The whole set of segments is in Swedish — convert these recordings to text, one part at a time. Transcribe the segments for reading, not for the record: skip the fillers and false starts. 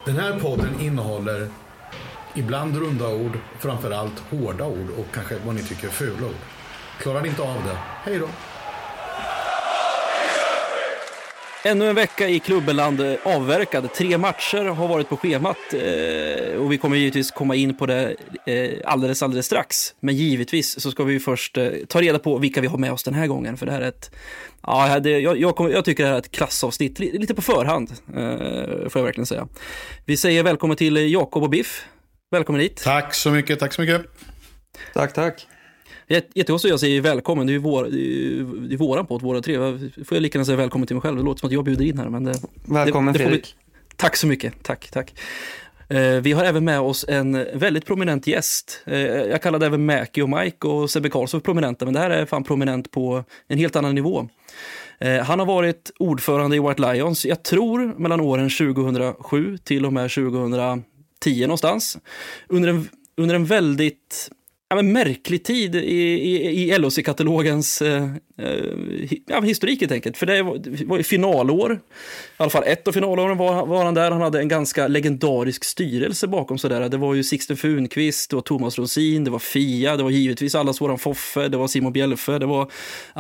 Den här podden innehåller ibland runda ord, framförallt hårda ord och kanske vad ni tycker är fula ord. Klarar ni inte av det? Hej då! Ännu en vecka i klubbeland avverkad. 3 matcher har varit på schemat och vi kommer givetvis komma in på det alldeles strax. Men givetvis så ska vi först ta reda på vilka vi har med oss den här gången. För det här är ett, jag tycker det här är ett klassavsnitt, lite på förhand får jag verkligen säga. Vi säger välkommen till Jakob och Biff. Välkommen hit. Tack så mycket. Tack. Jättegott, så jag säger välkommen. Det är våran podd, våra 3. Får jag lika gärna säga välkommen till mig själv. Det låter som att jag bjuder in här. Men välkommen Fredrik. Tack så mycket. Tack. Vi har även med oss en väldigt prominent gäst. Jag kallade även Mäki och Mike och Sebbe Karlsson prominenta. Men det här är fan prominent på en helt annan nivå. Han har varit ordförande i White Lions, jag tror mellan åren 2007 till och med 2010 någonstans. Under en väldigt märklig tid i LOC-katalogens historik helt enkelt. För det var i finalår, i alla fall ett av finalåren var han där. Han hade en ganska legendarisk styrelse bakom sig där. Det var ju Sixten Funqvist, det var Thomas Rosin, det var Fia, det var givetvis allas våran Foffe, det var Simon Bjelfe, det var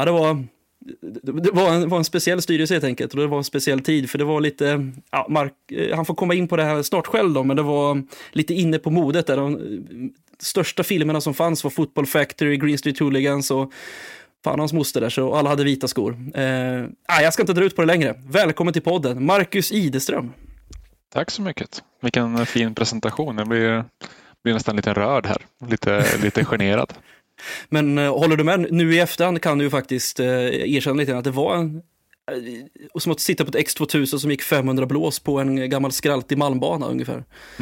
en speciell styrelse helt enkelt, och det var en speciell tid för det var lite, han får komma in på det här snart själv då, men det var lite inne på modet där. De största filmerna som fanns var Football Factory, Green Street Hooligans och fan hans moster där, så alla hade vita skor. Jag ska inte dra ut på det längre. Välkommen till podden, Marcus Ideström. Tack så mycket. Vilken fin presentation. Jag blir nästan lite rörd här, lite generad. Men håller du med? Nu i efterhand kan du ju faktiskt erkänna lite att det var som att sitta på ett X2000 som gick 500 blås på en gammal skraltig malmbana ungefär.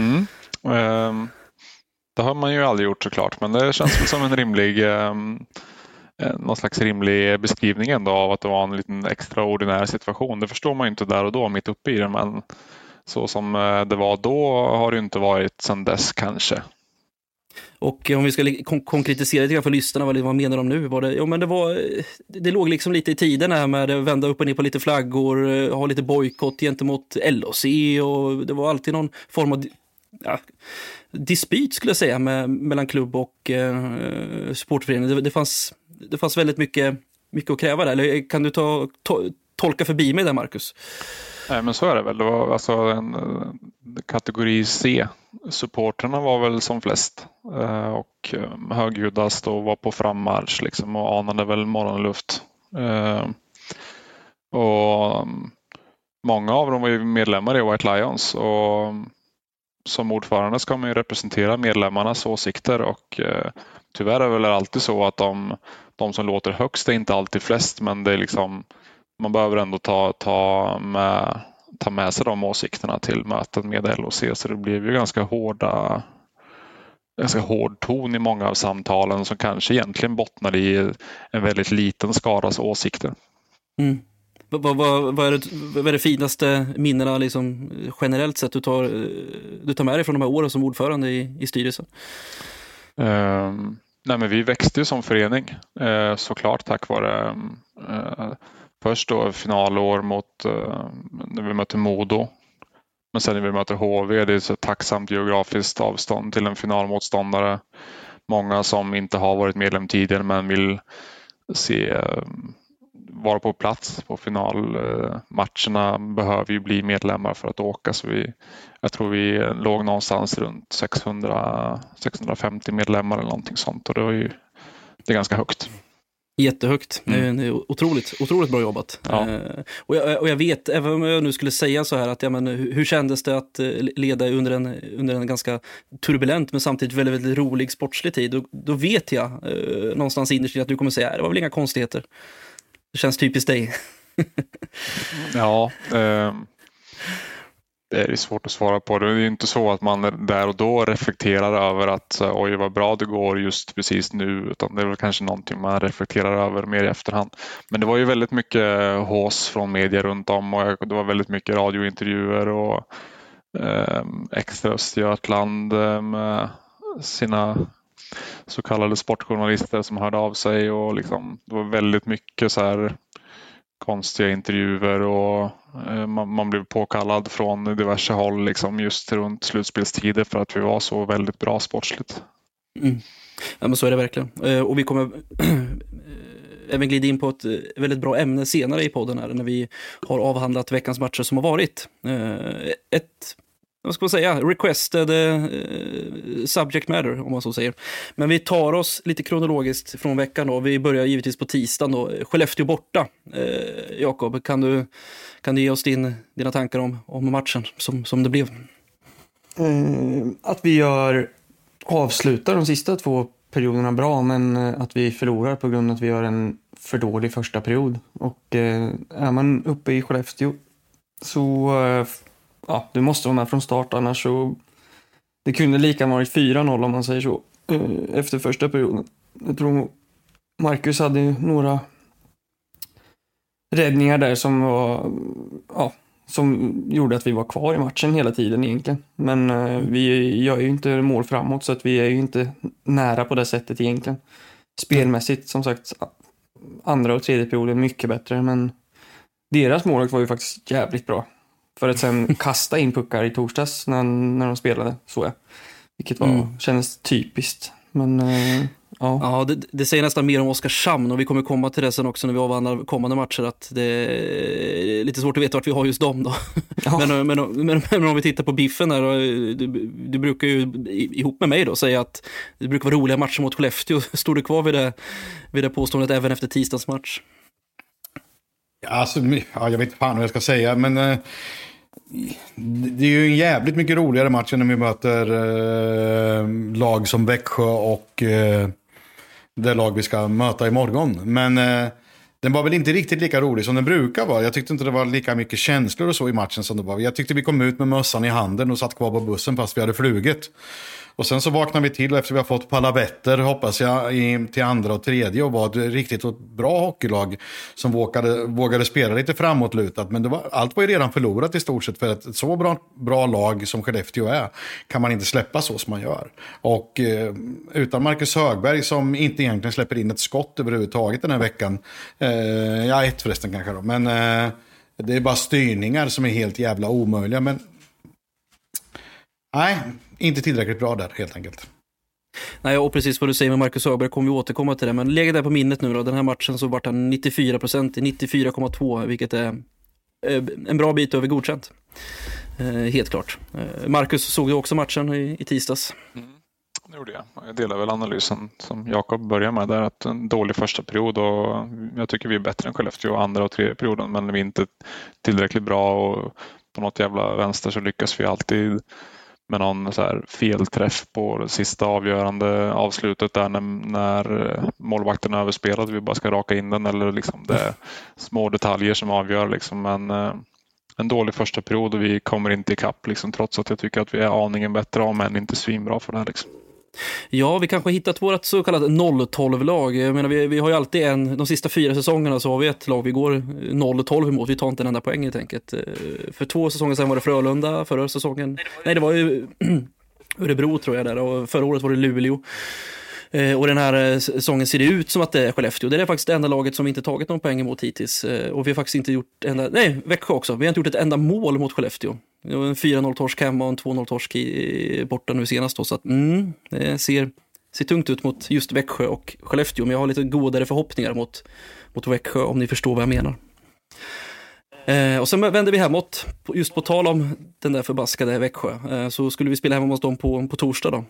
Det har man ju aldrig gjort såklart, men det känns väl som en rimlig någon slags rimlig beskrivning ändå av att det var en liten extraordinär situation. Det förstår man ju inte där och då mitt uppe i det, men så som det var då har det inte varit sedan dess kanske. Och om vi ska konkretisera lite grann för lyssnarna, vad menar de nu? Det låg liksom lite i tiden här med att vända upp och ner på lite flaggor, ha lite bojkott gentemot LOC, och det var alltid någon form av dispyt skulle jag säga mellan klubb och supportförening. Det fanns väldigt mycket att kräva där. Eller kan du tolka förbi mig där, Marcus? Nej, men så är det väl. Det var alltså en kategori C. Supporterna var väl som flest och högljuddast och var på frammarsch liksom, och anade väl morgonluft. Och många av dem var ju medlemmar i White Lions, och som ordförande ska man ju representera medlemmarnas åsikter, och tyvärr är det väl alltid så att de som låter högst är inte alltid flest, men det är liksom, man behöver ändå ta med sig de åsikterna till mötet med LOC, så det blev ju ganska hård ton i många av samtalen som kanske egentligen bottnar i en väldigt liten skaras åsikter. Vad är det finaste minnena liksom, generellt sett du tar med dig från de här åren som ordförande i styrelsen? Nej, men vi växte ju som förening såklart tack vare först då finalår när vi mötte Modo, men sen när vi möter HV, det är så tacksamt geografiskt avstånd till en finalmotståndare. Många som inte har varit medlem tidigare men vill vara på plats på finalmatcherna behöver ju bli medlemmar för att åka, så jag tror vi låg någonstans runt 650 medlemmar eller någonting sånt, och det är ganska högt. Jättehögt. Det är otroligt bra jobbat. Ja. Och jag vet, även om jag nu skulle säga så här att hur kändes det att leda under en ganska turbulent men samtidigt väldigt, väldigt rolig sportslig tid, då vet jag någonstans innerst att du kommer säga det var väl inga konstigheter. Det känns typiskt dig. Ja, det är svårt att svara på. Det är ju inte så att man där och då reflekterar över att oj vad bra det går just precis nu, utan det är väl kanske någonting man reflekterar över mer i efterhand. Men det var ju väldigt mycket hås från media runt om, och det var väldigt mycket radiointervjuer och Extra Östergötland med sina så kallade sportjournalister som hörde av sig, och liksom, det var väldigt mycket så här konstiga intervjuer och man blev påkallad från diverse håll liksom just runt slutspelstider för att vi var så väldigt bra sportsligt. Ja, men så är det verkligen. Och vi kommer även glida in på ett väldigt bra ämne senare i podden här när vi har avhandlat veckans matcher som har varit. Vad ska man säga, requested subject matter om man så säger. Men vi tar oss lite kronologiskt från veckan då. Vi börjar givetvis på tisdagen då. Skellefteå borta. Jakob, kan du ge oss dina tankar om matchen som det blev? Att vi avslutar de sista 2 perioderna bra, men att vi förlorar på grund av att vi gör en för dålig första period. Och är man uppe i Skellefteå så du måste vara med från start, annars så det kunde lika varit 4-0 om man säger så efter första perioden. Jag tror Marcus hade några räddningar där som var som gjorde att vi var kvar i matchen hela tiden egentligen. Men vi gör ju inte mål framåt, så att vi är ju inte nära på det sättet egentligen. Spelmässigt som sagt andra och tredje perioden mycket bättre, men deras mål var ju faktiskt jävligt bra. För att sen kasta in puckar i torsdags när de spelade, så vilket kändes typiskt. Men ja, det säger nästan mer om Oskarshamn, och vi kommer komma till det sen också när vi avhandlar kommande matcher, att det är lite svårt att veta vart vi har just dem då. Ja. Men om vi tittar på Biffen här, du brukar ju ihop med mig då säga att det brukar vara roliga matcher mot Skellefteå. Står du kvar vid det påståendet även efter tisdagens match? Alltså, jag vet inte fan vad jag ska säga, men det är ju en jävligt mycket roligare match när vi möter lag som Växjö och det lag vi ska möta imorgon. Men den var väl inte riktigt lika rolig som den brukar vara. Jag tyckte inte det var lika mycket känslor och så i matchen som det var. Jag tyckte vi kom ut med mössan i handen och satt kvar på bussen fast vi hade flugit. Och sen så vaknade vi till efter vi har fått palavetter, hoppas jag, till andra och tredje, och var ett riktigt och bra hockeylag som vågade spela lite framåtlutat. Men allt var ju redan förlorat i stort sett, för ett så bra lag som Skellefteå är kan man inte släppa så som man gör. Och utan Marcus Högberg, som inte egentligen släpper in ett skott överhuvudtaget den här veckan. Ett förresten kanske då. Men det är bara styrningar som är helt jävla omöjliga. Men nej, inte tillräckligt bra där helt enkelt. Nej, och precis vad du säger med Marcus Högberg kommer vi återkomma till det. Men lägg där på minnet nu då. Den här matchen så var han 94%, 94,2, vilket är en bra bit över godkänt. Helt klart. Marcus såg ju också matchen i tisdags. Det gjorde jag. Jag delar väl analysen som Jakob börjar med där, att en dålig första period, och jag tycker vi är bättre än Skellefteå andra och tredje perioden, men vi är inte tillräckligt bra, och på något jävla vänster så lyckas vi alltid med någon så här felträff på det sista avgörande avslutet där när målvakten överspelade, vi bara ska raka in den, eller liksom det är små detaljer som avgör liksom. Men en dålig första period och vi kommer inte ikapp liksom, trots att jag tycker att vi är aningen bättre, men inte svinbra för det här liksom. Ja, vi kanske har hittat vårt så kallat 0-12-lag. Jag menar, vi har ju alltid de sista 4 säsongerna så har vi ett lag vi går 0-12 emot. Vi tar inte en enda poäng helt enkelt. För 2 säsonger sedan var det Frölunda, förra säsongen. Nej, det var ju Örebro tror jag där, och förra året var det Luleå. Och den här säsongen ser det ut som att det är Skellefteå. Det är faktiskt det enda laget som inte tagit någon poäng emot hittills. Och vi har faktiskt inte gjort Växjö också. Vi har inte gjort ett enda mål mot Skellefteå. Det var en 4-0-torsk hemma och en 2-0-torsk borta nu senast då, så att det ser tungt ut mot just Växjö och Skellefteå, men jag har lite godare förhoppningar mot Växjö, om ni förstår vad jag menar. Och sen vänder vi hemåt, just på tal om den där förbaskade Växjö, så skulle vi spela hemma hos dem på torsdag då.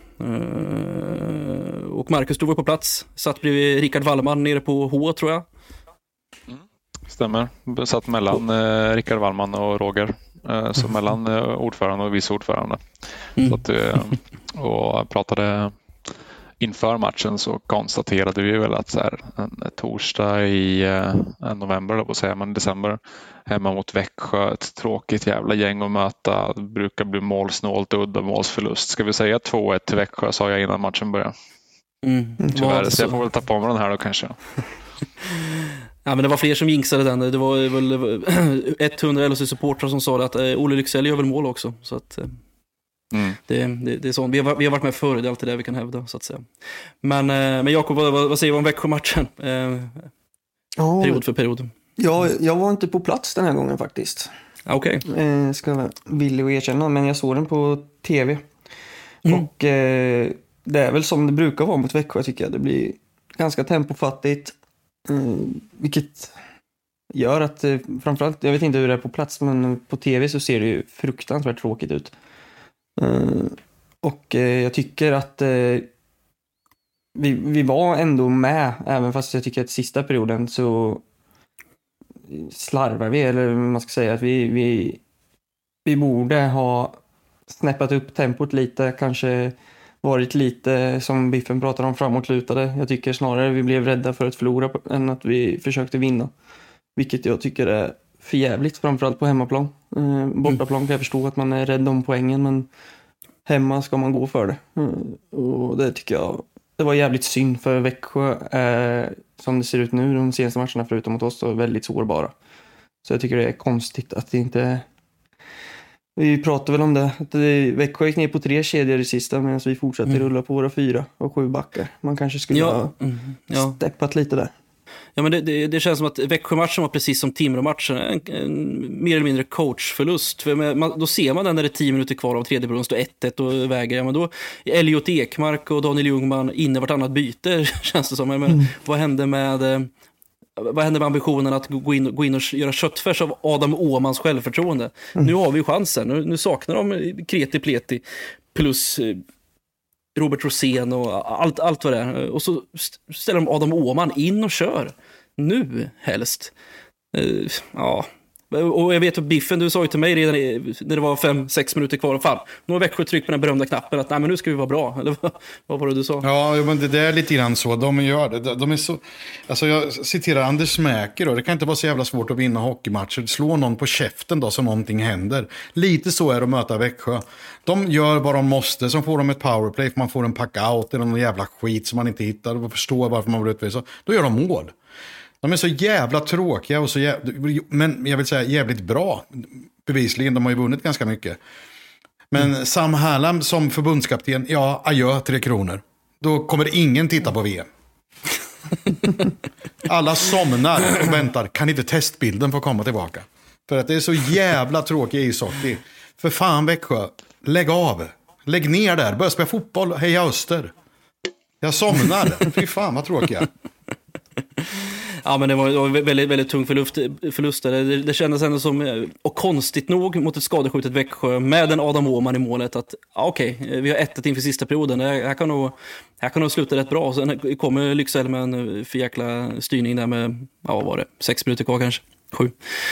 Och Marcus, du var på plats, satt bredvid Rickard Wallman nere på H, tror jag. Stämmer, satt mellan Rickard Wallman och Roger. Så mellan ordförande och vice ordförande. Så att, och pratade inför matchen, så konstaterade vi väl att så här, en torsdag i november, eller på säga, men december, hemma mot Växjö, ett tråkigt jävla gäng att möta. Det brukar bli målsnålt och uddamålsförlust. Ska vi säga 2-1 till Växjö, sa jag innan matchen började. Tyvärr, så jag får väl ta på mig den här då kanske. Ja, men det var fler som jinxade den. Det var väl 100 LHC-supportrar som sa att Olle Lycksell gör väl mål också. Så att det är sånt. Vi har varit med förr, det är alltid det vi kan hävda, så att säga. Men Jakob, vad säger du om Växjö-matchen? Period för period. Ja, jag var inte på plats den här gången faktiskt. Okej. Ska jag vara villig att erkänna, men jag såg den på tv. Och det är väl som det brukar vara mot Växjö, tycker jag. Det blir ganska tempofattigt. Vilket gör att framförallt, jag vet inte hur det är på plats, men på tv så ser det ju fruktansvärt tråkigt ut. Och jag tycker att vi var ändå med, även fast jag tycker att sista perioden så slarvar vi, eller man ska säga att vi borde ha snäppat upp tempot lite, kanske varit lite, som Biffen pratar om, framåtlutade. Jag tycker snarare vi blev rädda för att förlora än att vi försökte vinna. Vilket jag tycker är för jävligt, framförallt på hemmaplan. Bortaplan kan jag förstå att man är rädd om poängen, men hemma ska man gå för det. Och det tycker jag, det var jävligt synd, för Växjö som det ser ut nu, de senaste matcherna förutom mot oss, är väldigt sårbara. Så jag tycker det är konstigt att det inte... Vi pratade väl om det, att Växjö gick ner på 3 kedjor i sista, medan vi fortsatte rulla på våra 4 och 7 backar. Man kanske skulle ha steppat lite där. Ja, men det känns som att Växjö-matchen var precis som Timrå-matchen, en mer eller mindre coachförlust. För då ser man den när det är 10 minuter kvar av tredje perioden, står 1-1 och väger. Ja, men då Elliot Ekmark och Daniel Ljungman inne vartannat byte, känns det som. Men vad hände med ambitionen att gå in och göra köttfärs av Adam Åhmans självförtroende? Nu har vi chansen. Nu saknar de Kreti Pleti plus Robert Rosén och allt vad det är. Och så ställer de Adam Åhman in och kör. Nu helst. Ja. Och jag vet att Biffen, du sa ju till mig redan när det var 5-6 minuter kvar. Fan, nu har Växjö tryckt på den berömda knappen att nej, men nu ska vi vara bra. Eller vad var det du sa? Ja, men det är lite grann så. De gör det. De är så... Alltså jag citerar Anders Mäker då. Det kan inte vara så jävla svårt att vinna hockeymatcher. Slå någon på käften då så någonting händer. Lite så är det att möta Växjö. De gör vad de måste. Så får de ett powerplay för man får en pack-out eller någon jävla skit som man inte hittar och förstår varför man blir utvisad. Då gör de mål. De är så jävla tråkiga och men jag vill säga jävligt bra. Bevisligen, de har ju vunnit ganska mycket. Men Sam Hallam som förbundskapten, ja, adjö 3 kronor. Då kommer ingen titta på VM. Alla somnar och väntar. Kan inte testbilden få komma tillbaka? För att det är så jävla tråkig ishockey. För fan Växjö, lägg av. Lägg ner där, börja spela fotboll, heja Öster. Jag somnar, fy fan vad tråkiga. Ja, men det var väldigt, väldigt tung förlust. Det kändes ändå som, och konstigt nog mot ett skadeskjutet Växjö med en Adam Åhman i målet, att okej, vi har 1-1 inför sista perioden. Här kan nog sluta rätt bra. Sen kommer Lycksele med en för jäkla styrning där med, vad var det, 6 minuter kvar kanske, 7.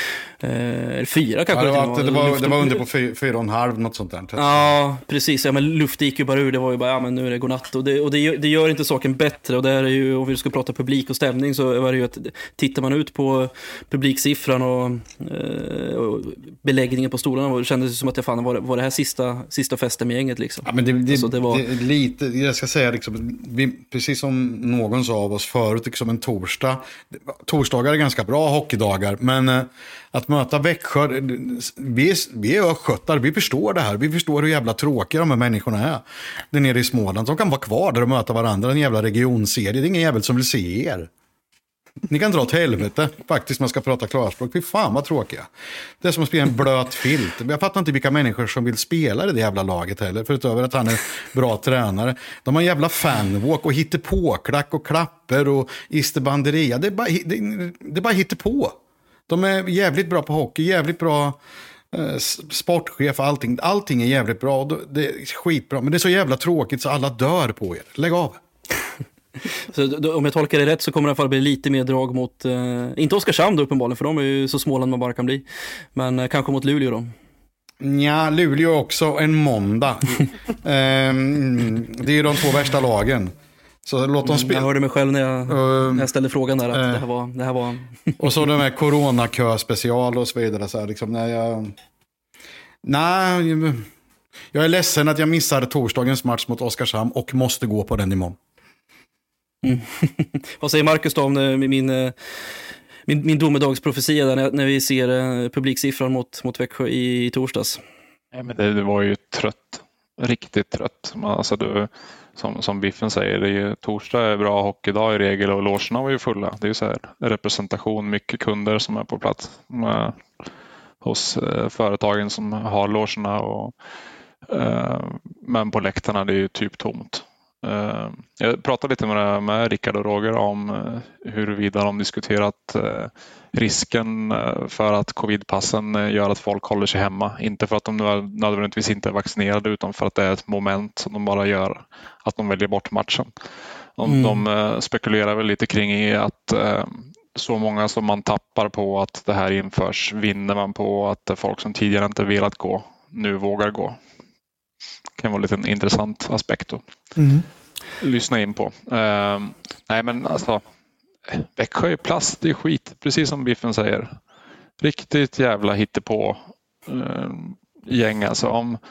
4 kanske. Ja, det var under på 4,5 något sånt där. Ja, precis. Ja, men luft gick ju bara ur. Det var ju bara, ja men nu är det godnatt. Och det gör inte saken bättre. Och det är ju, om vi ska prata publik och stämning, så är det ju att tittar man ut på publiksiffran och beläggningen på stolarna, det kändes som att det fan var det här sista festen med gänget liksom. Ja, men det var lite, jag ska säga liksom, precis som någon sa av oss förut, liksom en torsdagar är ganska bra hockeydagar, men att möta Växjö, vi är östgötar, vi förstår det här. Vi förstår hur jävla tråkiga de här människorna är. Det nere i Småland, som kan vara kvar där och möta varandra. En jävla regionserie, det är ingen jävel som vill se er. Ni kan dra åt helvete, faktiskt, man ska prata klarspråk. Fy fan vad tråkiga. Det är som att spela en blöt filt. Jag fattar inte vilka människor som vill spela i det jävla laget heller. Förutom att han är bra tränare. De har en jävla fanwalk och hittepåklack och klapper och isterbanderia. Det är bara hittepå. De är jävligt bra på hockey, jävligt bra sportchef, allting är jävligt bra. Det är skitbra, men det är så jävla tråkigt så alla dör på er. Lägg av. Så om jag tolkar det rätt så kommer det i alla fall bli lite mer drag mot, inte Oskarshamn då uppenbarligen, för de är ju så Småland man bara kan bli. Men kanske mot Luleå då. Ja, Luleå också en måndag. Det är ju de 2 värsta lagen. Så låt dem spela. Jag hörde mig själv när jag ställde frågan där att det här var... Och så den här coronakö-special och så vidare. Så här, liksom, jag är ledsen att jag missade torsdagens match mot Oskarshamn och måste gå på den imorgon. Vad säger Marcus då om min domedagsprofetia där när vi ser publiksiffran mot Växjö i torsdags? Ja, men det var ju trött. riktigt trött. Alltså som Biffen säger, det är ju, torsdag är bra hockeydag i regel och logerna var ju fulla. Det är ju så här representation, mycket kunder som är på plats hos företagen som har logerna men på läktarna det är ju typ tomt. Jag pratade lite med Rickard och Roger om huruvida de diskuterat risken för att covidpassen gör att folk håller sig hemma. Inte för att de nödvändigtvis inte är vaccinerade utan för att det är ett moment som de bara gör att de väljer bort matchen. De spekulerar väl lite kring i att så många som man tappar på att det här införs vinner man på att folk som tidigare inte velat gå nu vågar gå. Det kan vara lite en intressant aspekt då. Lyssna in på. Nej men alltså Växjö är plast, det är skit. Precis som Biffen säger. Riktigt jävla hittepå gäng alltså.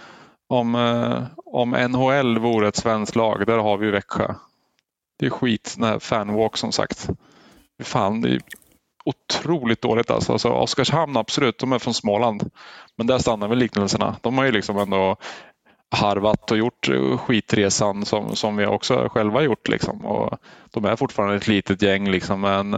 Om NHL vore ett svenskt lag, där har vi Växjö. Det är skit, den här fanwalk som sagt. Fan, det är otroligt dåligt alltså. Oskarshamn absolut, de är från Småland. Men där stannar väl liknelserna. De har ju liksom ändå harvat och gjort skitresan som vi också själva gjort liksom. Och de är fortfarande ett litet gäng liksom, men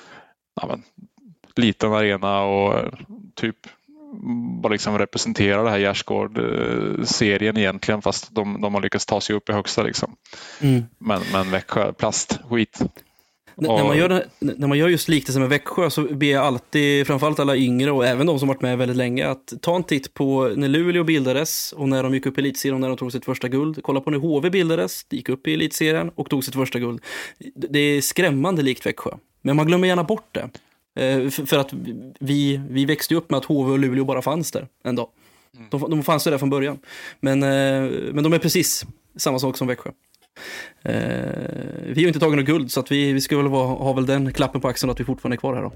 liten arena och typ bara liksom representerar det här Gärsgård-serien egentligen, fast de har lyckats ta sig upp i högsta liksom. Men Växjö, plast, skit. När man gör just liknelse med Växjö så ber jag alltid, framförallt alla yngre och även de som varit med väldigt länge, att ta en titt på när Luleå bildades och när de gick upp i elitserien och när de tog sitt första guld. Kolla på när HV bildades, gick upp i elitserien och tog sitt första guld. Det är skrämmande likt Växjö. Men man glömmer gärna bort det. För att vi växte upp med att HV och Luleå bara fanns där en dag. De fanns där från början. Men de är precis samma sak som Växjö. Vi har ju inte tagit något guld, så att vi ska väl ha väl den klappen på axeln att vi fortfarande är kvar här då.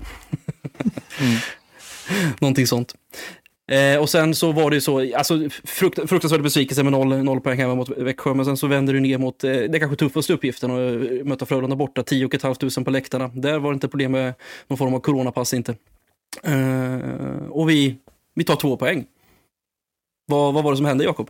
Någonting sånt. Och sen så var det ju så, alltså fruktansvärd besvikelse med 0 poäng hemma mot Växjö, men sen så vänder du ner mot det kanske tuffaste uppgiften att möta Frölunda borta, 10 500 på läktarna. Där var det inte problem med någon form av coronapass inte. Och vi tar 2 poäng. Vad var det som hände, Jakob?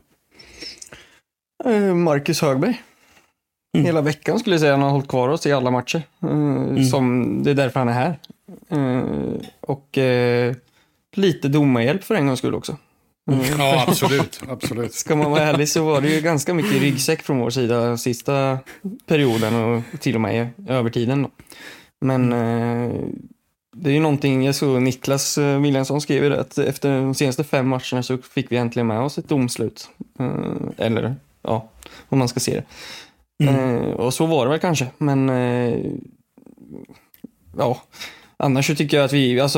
Marcus Högberg. Hela veckan skulle jag säga, han har hållit kvar oss i alla matcher. Det är därför han är här. Och lite domarhjälp för en gångs skull också. Ja, absolut. Ska man vara ärlig så var det ju ganska mycket ryggsäck från vår sida sista perioden och till och med övertiden då. Men det är ju någonting, jag såg Niklas Williamson skrev det, att efter de senaste 5 matcherna så fick vi äntligen med oss ett domslut. Eller, ja, om man ska se det. Och så var det väl kanske. Men ja, annars så tycker jag att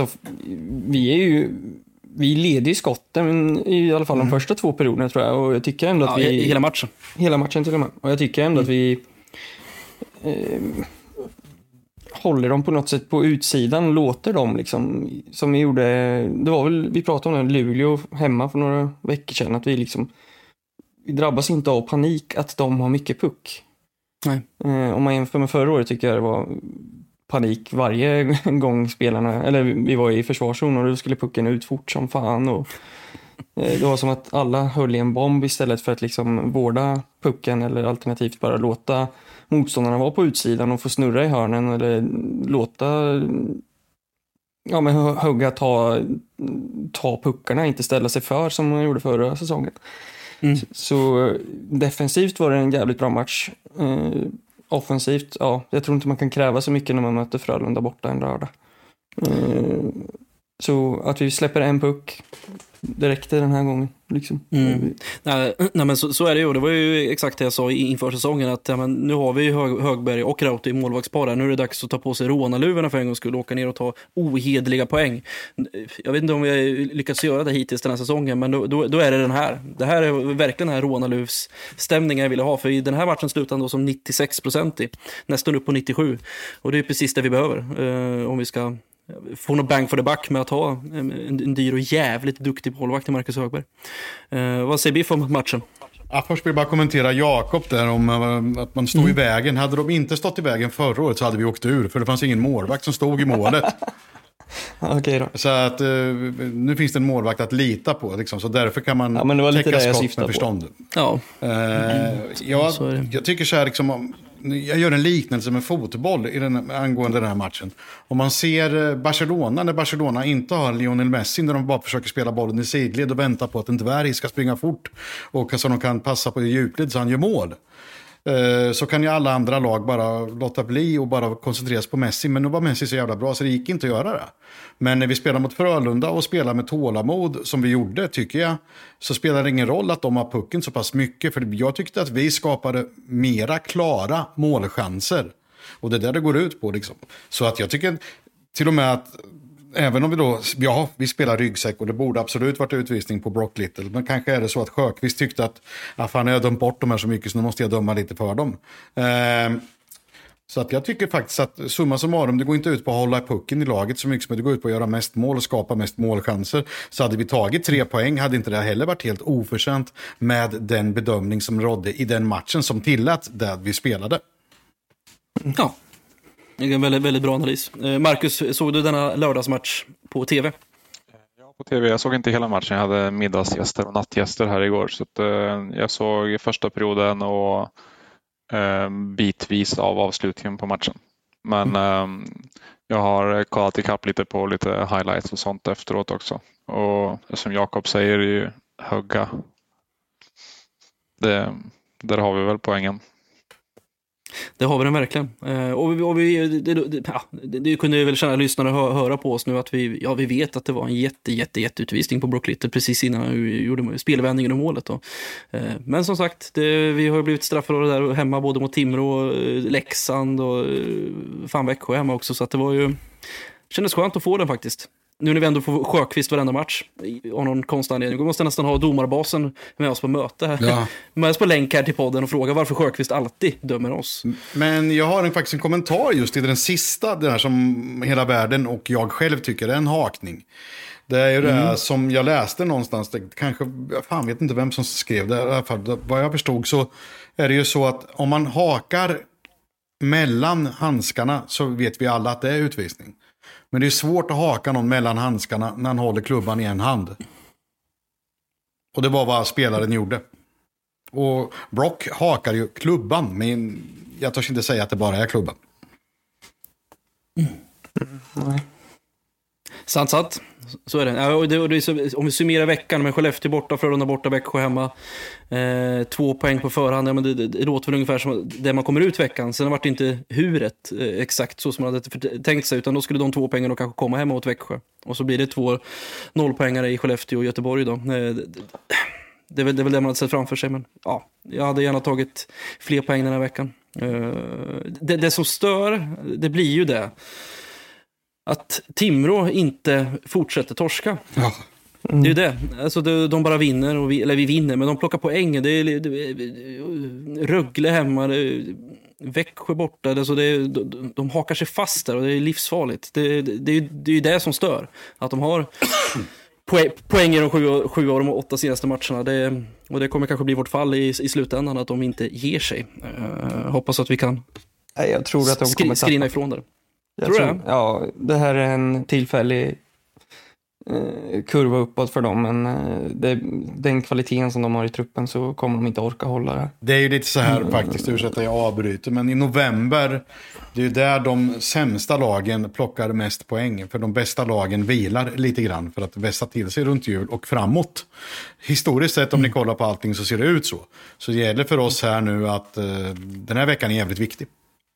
vi leder i skotten i alla fall de första 2 perioderna tror jag. Och jag tycker ändå att hela matchen till och med. Och jag tycker ändå att vi håller dem på något sätt på utsidan, låter dem liksom, som vi gjorde. Det var väl, vi pratade om det, Luleå hemma för några veckor sedan, att vi drabbas inte av panik att de har mycket puck. Nej. Om man jämför med förra året tycker jag det var panik varje gång spelarna, eller vi var i försvarszon och då skulle pucken ut fort som fan, och det var som att alla höll i en bomb istället för att liksom vårda pucken, eller alternativt bara låta motståndarna vara på utsidan och få snurra i hörnen, eller låta hugga, ta puckarna, inte ställa sig för som man gjorde förra säsongen. Så defensivt var det en jävligt bra match. Offensivt, ja, jag tror inte man kan kräva så mycket när man möter Frölunda borta en lördag. Så att vi släpper en puck, det räckte den här gången liksom. Nej, men så är det ju. Det var ju exakt det jag sa inför säsongen, att nu har vi Högberg och Rauti i målvaktspar. Nu är det dags att ta på sig rånarluvorna för en gång skulle åka ner och ta ohederliga poäng. Jag vet inte om vi har lyckats göra det hittills den här säsongen, men då är det den här. Det här är verkligen den här rånarluvsstämningen jag ville ha, för i den här matchen slutade då som 96%, nästan upp på 97%. Och det är precis det vi behöver om vi ska få något bang for the buck med att ha en dyr och jävligt duktig målvakt till Marcus Högberg. Vad säger Biff om matchen? Ja, först vill jag bara kommentera Jakob där om att man stod i vägen. Hade de inte stått i vägen förra året så hade vi åkt ur, för det fanns ingen målvakt som stod i målet. Okej då. Så att nu finns det en målvakt att lita på. Liksom, så därför kan man men det var lite täcka det jag skott syftade med förstånd. Ja. Jag tycker så här, liksom, jag gör en liknelse med fotboll angående den här matchen. Om man ser Barcelona, när Barcelona inte har Lionel Messi, när de bara försöker spela bollen i sidled och vänta på att en dvärg ska springa fort och så de kan passa på djupled så han gör mål. Så kan ju alla andra lag bara låta bli och bara koncentreras på Messi. Men nu var Messi så jävla bra så det gick inte att göra det. Men när vi spelar mot Frölunda och spelar med tålamod som vi gjorde, tycker jag, så spelar det ingen roll att de har pucken så pass mycket. För jag tyckte att vi skapade mera klara målchanser. Och det är där det går ut på liksom. Så att jag tycker till och med att även om vi då, vi spelar ryggsäck och det borde absolut varit utvisning på Brock Little. Men kanske är det så att Sjöqvist tyckte att fan, jag har dömt bort de här så mycket så nu måste jag döma lite för dem. Så att jag tycker faktiskt att summa summarum, det går inte ut på att hålla pucken i laget så mycket som det går ut på att göra mest mål och skapa mest målchanser. Så hade vi tagit 3 poäng hade inte det heller varit helt oförtjänt med den bedömning som rådde i den matchen som tillät det vi spelade. Ja. Det är en väldigt, väldigt bra analys. Marcus, såg du denna lördagsmatch på tv? Ja, på tv. Jag såg inte hela matchen. Jag hade middagsgäster och nattgäster här igår. Så att, jag såg första perioden och bitvis av avslutningen på matchen. Men jag har kollat ikapp lite på lite highlights och sånt efteråt också. Och som Jakob säger, är ju Högga. Där har vi väl poängen. Det har vi den verkligen. Det kunde väl känna lyssnare höra på oss nu att vi vet att det var en jätteutvisning på Brock Little precis innan vi gjorde spelvändningen och målet. Men som sagt, vi har blivit straffade där hemma både mot Timrå, Leksand och Växjö hemma också. Så att det var ju, kändes skönt att få den faktiskt. Nu när vi ändå får Sjöqvist varenda match av någon konstig anledning. Vi måste nästan ha domarbasen med oss på möte här. Ja. Med oss på länk här till podden och fråga varför Sjöqvist alltid dömer oss. Men jag har faktiskt en kommentar just i den sista, det här som hela världen och jag själv tycker är en hakning. Det är ju det som jag läste någonstans, det kanske, jag vet inte vem som skrev det i alla fall. Vad jag förstod så är det ju så att om man hakar mellan handskarna så vet vi alla att det är utvisning. Men det är svårt att haka någon mellan handskarna när han håller klubban i en hand. Och det var vad spelaren gjorde. Och Brock hakar ju klubban, men jag törs inte säga att det bara är klubban. Nej. Sant. Så är det. Om vi summerar veckan med Skellefteå borta, Frölunda borta, Växjö hemma. 2 poäng på förhand. Ja, men det låter väl ungefär som det man kommer ut veckan. Sen var det inte huret exakt så som man hade tänkt sig. Utan då skulle de 2 poängen kanske komma hemma mot Växjö. Och så blir det 2 0-poängare i Skellefteå och Göteborg då. Det är väl det man hade sett framför sig. Men ja, jag hade gärna tagit fler poäng den här veckan. Det som stör, det blir ju det. Att Timrå inte fortsätter torska. Ja. Det är ju det. Alltså de bara vinner, eller vi vinner, men de plockar poäng. Det är Rögle hemma, Växjö borta. Alltså de hakar sig fast där och det är livsfarligt. Det är ju det som stör. Att de har poäng i de 7 av de 8 senaste matcherna. Och det kommer kanske bli vårt fall i slutändan att de inte ger sig. Hoppas att vi kan jag tror att de kommer skrina ifrån där. Ja, det här är en tillfällig kurva uppåt för dem, men den kvaliteten som de har i truppen så kommer de inte orka hålla det. Det är ju lite så här faktiskt, ursäkta jag avbryter, men i november det är ju där de sämsta lagen plockar mest poäng, för de bästa lagen vilar lite grann för att vässa till sig runt jul och framåt. Historiskt sett om ni kollar på allting så ser det ut så. Så det gäller för oss här nu att den här veckan är jävligt viktig.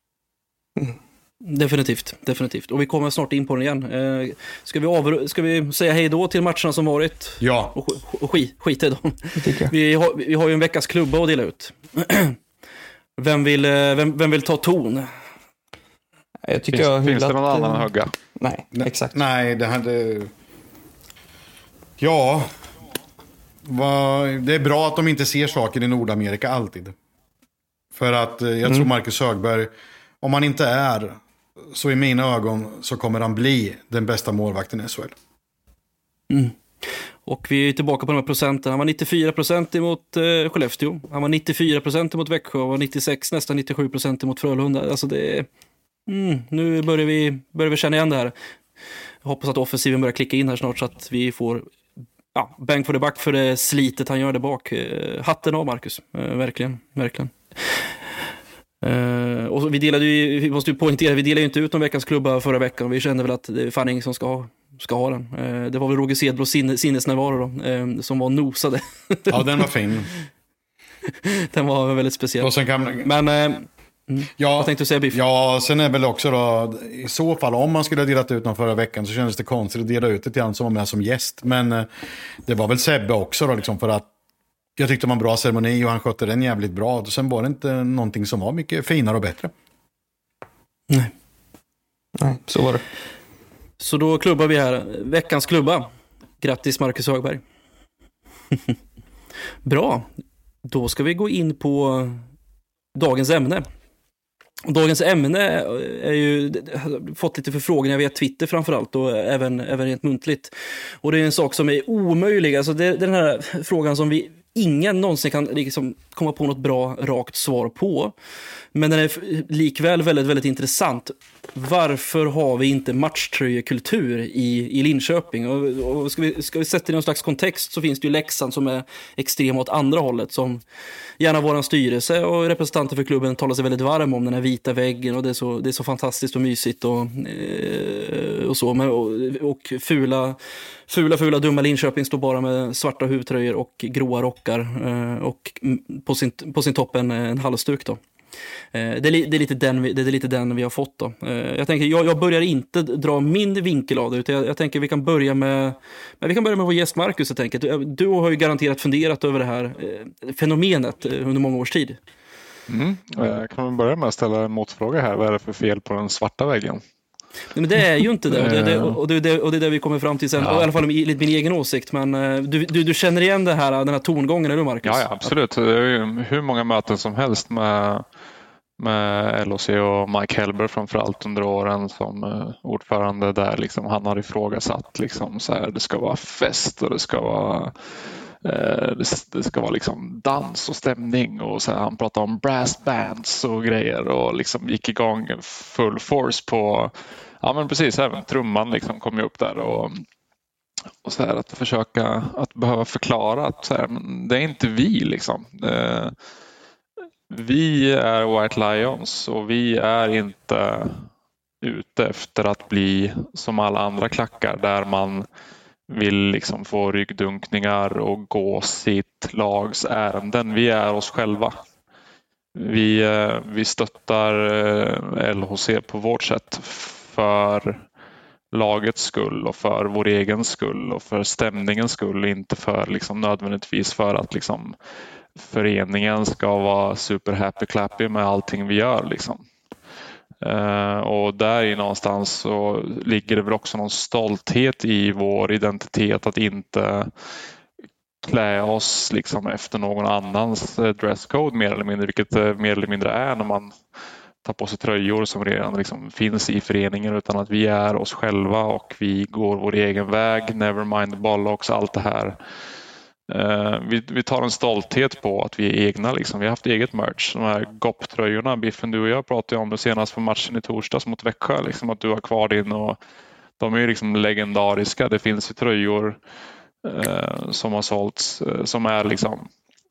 Definitivt. Och vi kommer snart in på den igen. Ska vi säga hej då till matcherna som varit? Ja. Och skita i dem. Vi har ju en veckas klubba att dela ut. Vem vill ta ton? Jag tycker finns det någon annan Högga? Nej, exakt. Nej, det hade... Ja. Det är bra att de inte ser saker i Nordamerika alltid. För att jag tror Marcus Högberg, om han inte är, så i mina ögon så kommer han bli den bästa målvakten i SHL. Och vi är tillbaka på de här procenten. Han var 94% emot Skellefteå. Han var 94% emot Växjö. Han var 96, nästan 97% emot Frölunda. Alltså det är... nu börjar vi känna igen det här. Jag hoppas att offensiven börjar klicka in här snart så att vi får bang for the buck för det slitet han gör där bak. Hatten av Marcus, verkligen. Och så vi måste ju poängtera, vi delade ju inte ut någon veckans klubba förra veckan och vi kände väl att det är fan ingen som ska ha den. Det var väl Roger Sedbros sinnesnärvaro då, som var nosade. Ja, den var fin. Den var väldigt speciell. Och sen vad tänkte du säga, Biff? Ja, sen är väl också då, i så fall om man skulle ha delat ut någon förra veckan så kändes det konstigt att dela ut det till han som var med som gäst. Men det var väl Sebbe också då, liksom, för att jag tyckte det var en bra ceremoni och han skötte den jävligt bra. Och sen var det inte någonting som var mycket finare och bättre. Nej, så var det. Så då klubbar vi här. Veckans klubba. Grattis Marcus Högberg. Bra. Då ska vi gå in på dagens ämne. Dagens ämne är ju fått lite förfrågningar via Twitter framförallt och även rent muntligt. Och det är en sak som är omöjlig. Alltså det är den här frågan som ingen någonsin kan liksom komma på något bra, rakt svar på. Men den är likväl väldigt, väldigt intressant. Varför har vi inte matchtröjekultur i Linköping? Och ska vi sätta det i någon slags kontext så finns det ju Leksand som är extrem åt andra hållet. Som gärna våran styrelse och representanter för klubben talar sig väldigt varm om den här vita väggen. Och det är så fantastiskt och mysigt och så. Och fula dumma Linköping står bara med svarta huvtröjor och gråa rockar. Och på sin topp en halsduk då. Det är lite den vi har fått då. Jag tänker jag börjar inte dra min vinkel av det utan jag tänker vi kan börja med vår gäst Marcus. Jag tänker du har ju garanterat funderat över det här fenomenet under många års tid. Kan man börja med att ställa en motfråga här? Vad är det för fel på den svarta väggen? Nej, men det är ju inte det. Och det är det vi kommer fram till sen. Ja. I alla fall lite min egen åsikt. Men du känner igen den här tongången, eller Marcus? Ja, absolut. Det är ju hur många möten som helst med LOC och Mike Helber framförallt under åren som ordförande där. Liksom, han har ifrågasatt liksom, så här, det ska vara fest och det ska vara liksom dans och stämning och så här, han pratade om brass bands och grejer och liksom gick igång full force på, ja men precis, även trumman liksom kom ju upp där och så här att försöka att behöva förklara att så här, det är inte vi liksom. Vi är White Lions och vi är inte ute efter att bli som alla andra klackar där man vill liksom få ryggdunkningar och gå sitt lags ärenden. Vi är oss själva. Vi stöttar LHC på vårt sätt för lagets skull och för vår egen skull och för stämningens skull, inte för liksom nödvändigtvis för att liksom föreningen ska vara super happy clappy med allting vi gör liksom. Och där i någonstans så ligger det väl också någon stolthet i vår identitet att inte klä oss liksom efter någon annans dresscode mer eller mindre, vilket mer eller mindre är när man tar på sig tröjor som redan liksom finns i föreningen, utan att vi är oss själva och vi går vår egen väg, never mind the bollocks, allt det här. Vi tar en stolthet på att vi är egna liksom. Vi har haft eget merch. De här GOP-tröjorna, Biffen, du och jag pratade om det senast på matchen i torsdags mot Växjö liksom, att du har kvar din och de är ju liksom legendariska. Det finns ju tröjor som har sålts som är liksom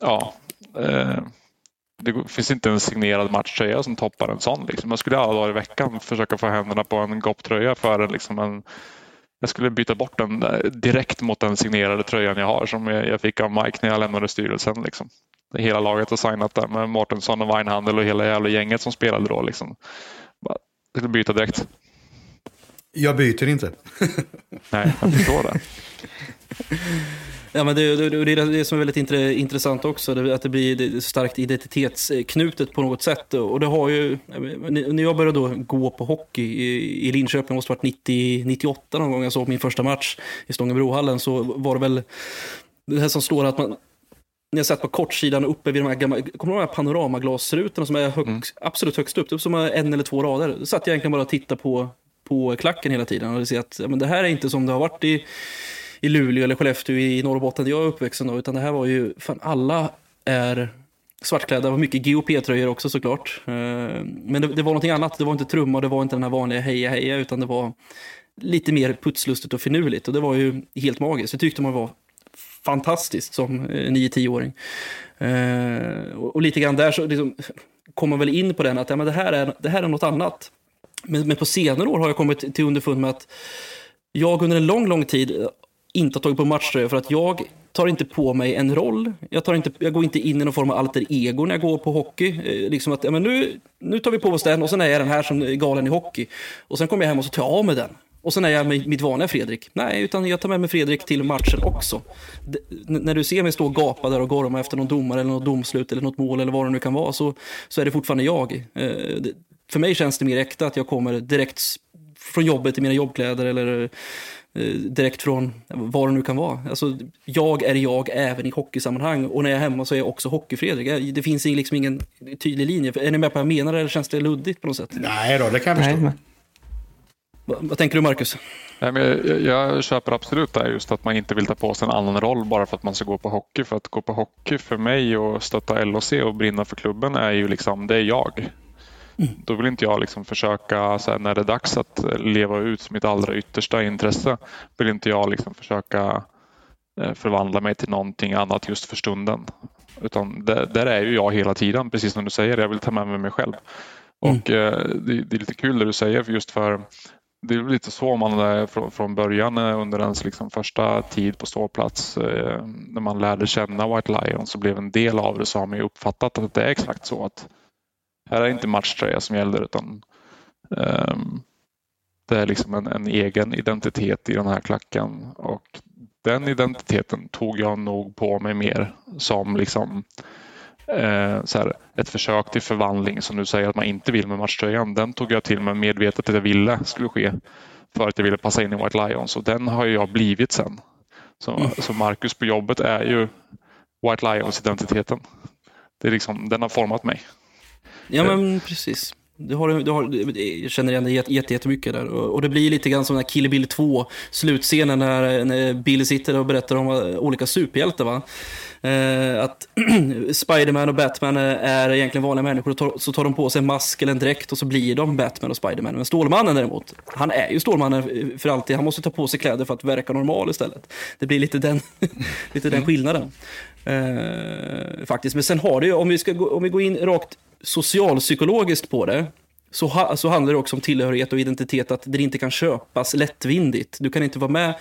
det finns inte en signerad matchtröja som toppar en sån liksom. Jag skulle alla dagar i veckan försöka få händerna på en GOP-tröja för liksom jag skulle byta bort den direkt mot den signerade tröjan jag har som jag fick av Mike när jag lämnade styrelsen. Liksom. Hela laget har signat där med Mårtensson och Weinhandel och hela jävla gänget som spelade då. Liksom. Jag skulle byta direkt. Jag byter inte. Nej, jag förstår det. Ja, men det är det som är väldigt intressant också, att det blir starkt identitetsknutet på något sätt. Och det har ju, när jag började då gå på hockey i Linköping, måste varit 90-98 någon gång jag såg min första match i Stångebrohallen, så var det väl det här som står att man, när jag satt på kortsidan uppe vid de här gamla, kommer de här panoramaglasrutorna som är absolut högst upp som är 1 eller 2 rader, då satt jag egentligen bara och tittade på klacken hela tiden och se att men det här är inte som det har varit i Luleå eller Skellefteå i Norrbotten där jag är uppväxten då, utan det här var ju fan, alla är svartklädda. Det var mycket GOP-tröjor också såklart. Men det var någonting annat. Det var inte trumma, det var inte den här vanliga heja, utan det var lite mer putslustigt och finurligt. Och det var ju helt magiskt. Det tyckte man var fantastiskt som 9-10-åring. Och lite grann där så liksom kom man väl in på den att men det här är något annat. Men på senare år har jag kommit till underfund med att jag under en lång tid inte har tagit på matchtröja för att jag tar inte på mig en roll. Jag går inte in i någon form av alter ego när jag går på hockey. Liksom att men nu tar vi på oss den och sen är jag den här som galen i hockey. Och sen kommer jag hem och så tar jag av mig den. Och sen är jag med mitt vanliga Fredrik. Nej, utan jag tar med mig Fredrik till matchen också. När du ser mig stå och gapa där och gorma efter någon domare eller något domslut eller något mål eller vad det nu kan vara så är det fortfarande jag. För mig känns det mer äkta att jag kommer direkt från jobbet i mina jobbkläder eller direkt från vad det nu kan vara. Alltså, jag är jag även i hockeysammanhang och när jag är hemma så är jag också hockey-Fredrik. Det finns liksom ingen tydlig linje. Är ni med på vad jag menar eller känns det luddigt på något sätt? Nej då, det kan jag förstå. Vad tänker du, Marcus? Nej, men jag köper absolut det just att man inte vill ta på sig en annan roll bara för att man ska gå på hockey. För att gå på hockey för mig och stötta LHC och brinna för klubben är ju liksom, det är jag. Då vill inte jag liksom försöka, så här, när det är dags att leva ut mitt allra yttersta intresse, vill inte jag liksom försöka förvandla mig till någonting annat just för stunden. Utan där är ju jag hela tiden, precis som du säger, jag vill ta med mig själv. Och det är lite kul det du säger, just för det är lite så man från början under ens liksom första tid på ståplats, när man lärde känna White Lion så blev en del av det, så har man ju uppfattat att det är exakt så att här är inte matchtröja som gäller utan det är liksom en egen identitet i den här klacken, och den identiteten tog jag nog på mig mer som liksom så här, ett försök till förvandling som du säger att man inte vill med matchtröjan. Den tog jag till mig medvetet att jag ville skulle ske för att jag ville passa in i White Lions, och den har jag blivit sen. Så Marcus på jobbet är ju White Lions-identiteten. Det är liksom, den har format mig. Ja men precis. Jag känner igen det jättemycket där. Och det blir lite grann som den här Kill Bill 2 slutscenen när Bill sitter och berättar om olika superhjältar, va? Att Spider-Man och Batman är egentligen vanliga människor, så tar de på sig en mask eller en dräkt och så blir de Batman och Spider-Man. Men Stålmannen däremot, han är ju Stålmannen för alltid. Han måste ta på sig kläder för att verka normal istället. Det blir lite den skillnaden. Faktiskt. Men sen har det ju, om vi går in rakt socialpsykologiskt på det, så handlar det också om tillhörighet och identitet, att det inte kan köpas lättvindigt. Du kan inte vara med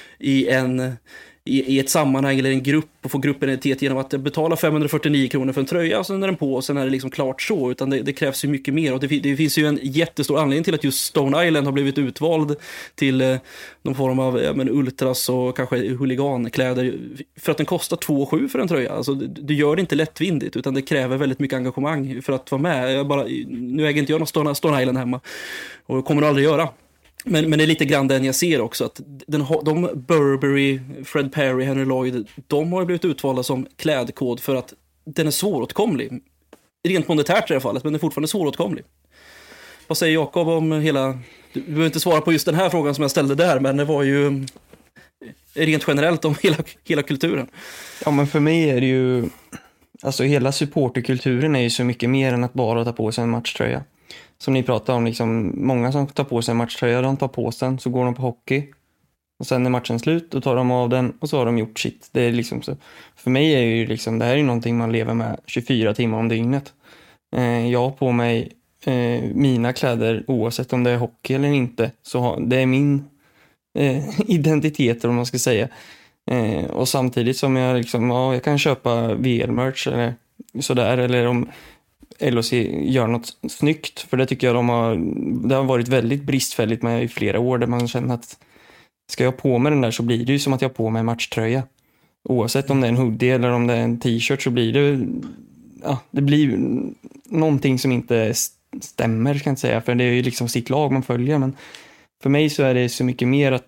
i ett sammanhang eller en grupp och få gruppidentitet genom att betala 549 kronor för en tröja och sen är den på och sen är det liksom klart så, utan det krävs ju mycket mer, och det finns ju en jättestor anledning till att just Stone Island har blivit utvald till någon form av ultras och kanske huligankläder, för att den kostar 2,7 för en tröja. Alltså du gör det inte lättvindigt, utan det kräver väldigt mycket engagemang för att vara med. Nu äger inte jag någon Stone Island hemma och kommer du aldrig göra. Men det är lite grann den jag ser också, att de Burberry, Fred Perry, Henry Lloyd, de har ju blivit utvalda som klädkod för att den är svåråtkomlig. Rent monetärt i det här fallet, men den är fortfarande svåråtkomlig. Vad säger Jakob om hela... Du behöver inte svara på just den här frågan som jag ställde där, men det var ju rent generellt om hela kulturen. Ja, men för mig är det ju... Alltså hela supporterkulturen är ju så mycket mer än att bara ta på sig en matchtröja. Som ni pratar om, liksom, många som tar på sig en matchtröja, de tar på den, så går de på hockey. Och sen är matchen slut, då tar de av den och så har de gjort sitt. Det är liksom så. För mig är ju liksom, det här är ju någonting man lever med 24 timmar om dygnet. Jag har på mig mina kläder oavsett om det är hockey eller inte. Så det är min identitet, om man ska säga. Och samtidigt som jag liksom, jag kan köpa VL-merch eller sådär, eller om LHC gör något snyggt, för det tycker jag det har varit väldigt bristfälligt med i flera år, där man känner att ska jag på med den där så blir det ju som att jag har på mig en matchtröja. Oavsett om det är en hoodie eller om det är en t-shirt, så blir det blir någonting som inte stämmer, kan jag inte säga, för det är ju liksom sitt lag man följer. Men för mig så är det så mycket mer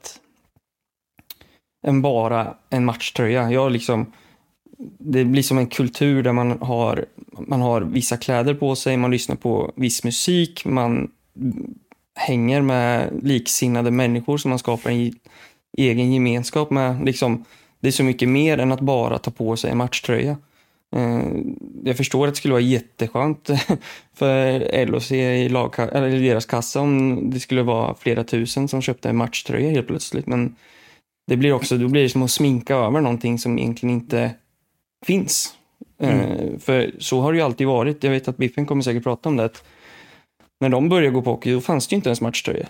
än bara en matchtröja. Det blir som en kultur där man har vissa kläder på sig, man lyssnar på viss musik, man hänger med liksinnade människor som man skapar en egen gemenskap med. Liksom, det är så mycket mer än att bara ta på sig en matchtröja. Jag förstår att det skulle vara jätteskönt för LOC i eller deras kassa om det skulle vara flera tusen som köpte en matchtröja helt plötsligt, men det blir också, då blir det som att sminka över någonting som egentligen inte finns. För så har det ju alltid varit. Jag vet att Biffen kommer säkert prata om det, att när de började gå på hockey då fanns det ju inte ens matchtröjor.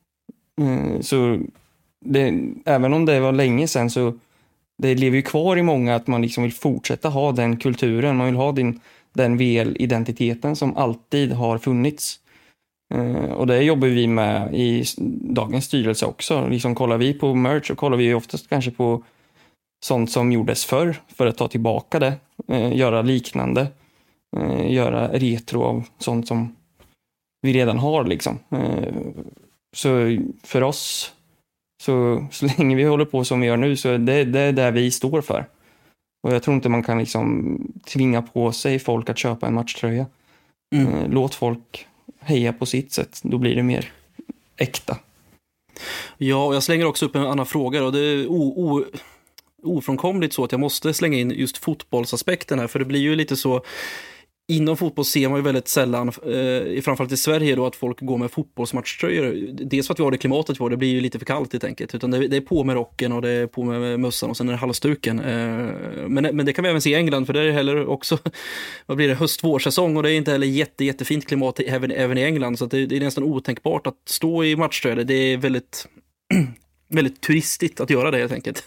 Så även om det var länge sedan, så det lever ju kvar i många att man liksom vill fortsätta ha den kulturen. Man vill ha den VL-identiteten som alltid har funnits. Och det jobbar vi med i dagens styrelse också. Liksom kollar vi på merch och kollar vi oftast kanske på sånt som gjordes förr för att ta tillbaka det. Göra liknande. Göra retro av sånt som vi redan har liksom. Så för oss, så länge vi håller på som vi gör nu, så det är där vi står för. Och jag tror inte man kan liksom tvinga på sig folk att köpa en matchtröja. Låt folk heja på sitt sätt. Då blir det mer äkta. Ja, och jag slänger också upp en annan fråga. Och det är ofrånkomligt så att jag måste slänga in just fotbollsaspekten här. För det blir ju lite så... Inom fotboll ser man ju väldigt sällan, framförallt i Sverige då, att folk går med fotbollsmatchtröjor. Dels för att vi har det klimatet det blir ju lite för kallt helt enkelt. Utan det är på med rocken och det är på med mössan och sen är det halsduken. Men det kan vi även se i England, för det är heller också, vad blir det, höst-vårsäsong, och det är inte heller jättefint klimat även i England. Så att det är nästan otänkbart att stå i matchtröjor. Det är väldigt... väldigt turistigt att göra det helt enkelt.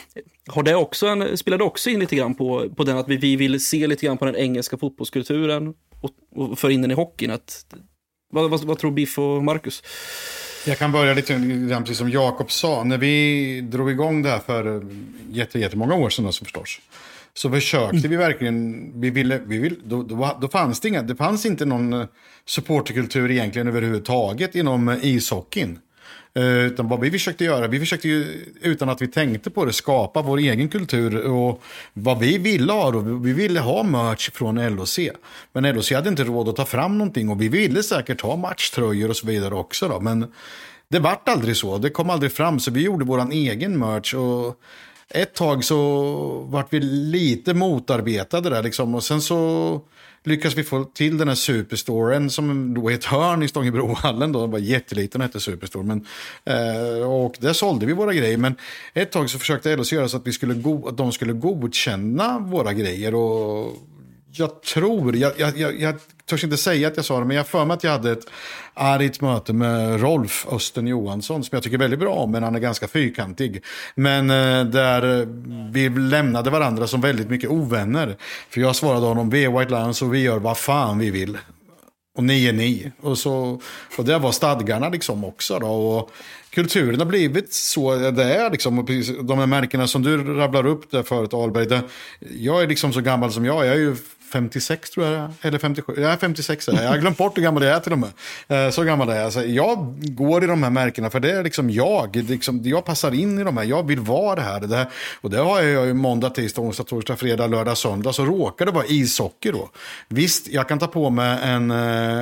Spelar det också in lite grann på den att vi vill se lite grann på den engelska fotbollskulturen och för in den i hockeyn? Vad tror Biff och Marcus? Jag kan börja lite grann precis som Jakob sa. När vi drog igång det här för jättemånga år sedan så förstås, så försökte vi verkligen, då fanns det fanns inte någon supporterkultur egentligen överhuvudtaget inom ishockeyn. Utan vad vi försökte göra, vi försökte ju utan att vi tänkte på det skapa vår egen kultur och vad vi ville ha då. Vi ville ha merch från LOC, men LOC hade inte råd att ta fram någonting, och vi ville säkert ha matchtröjor och så vidare också då, men det vart aldrig så, det kom aldrig fram, så vi gjorde våran egen merch, och ett tag så vart vi lite motarbetade där liksom, och sen så lyckas vi få till den här Superstoren som då är ett hörn i Stångebrohallen då. Det var jätteliten, hette Superstore. Men, och där sålde vi våra grejer. Men ett tag så försökte LOC göra så att att de skulle godkänna våra grejer. Och jag tror, jag törs inte säga att jag sa det, men jag för mig att jag hade ett argt möte med Rolf Östen Johansson som jag tycker väldigt bra om, men han är ganska fyrkantig. Men där vi lämnade varandra som väldigt mycket ovänner. För jag svarade honom, vi är White Lions och vi gör vad fan vi vill. Och ni är ni. Och det var stadgarna liksom också då. Och kulturen har blivit så det är liksom. De här märkena som du rabblar upp där förut, Ahlberg. Jag är liksom så gammal som jag är ju 56 tror jag, eller 57. Jag är 56, jag har glömt bort hur gammal jag är till och med. Så gammal är jag. Alltså, jag går i de här märkena för det är liksom jag passar in i de här. Jag vill vara det här. Och det har jag ju måndag, tisdag, onsdag, torsdag, fredag, lördag, söndag. Så råkar det vara ishockey då. Visst, jag kan ta på mig en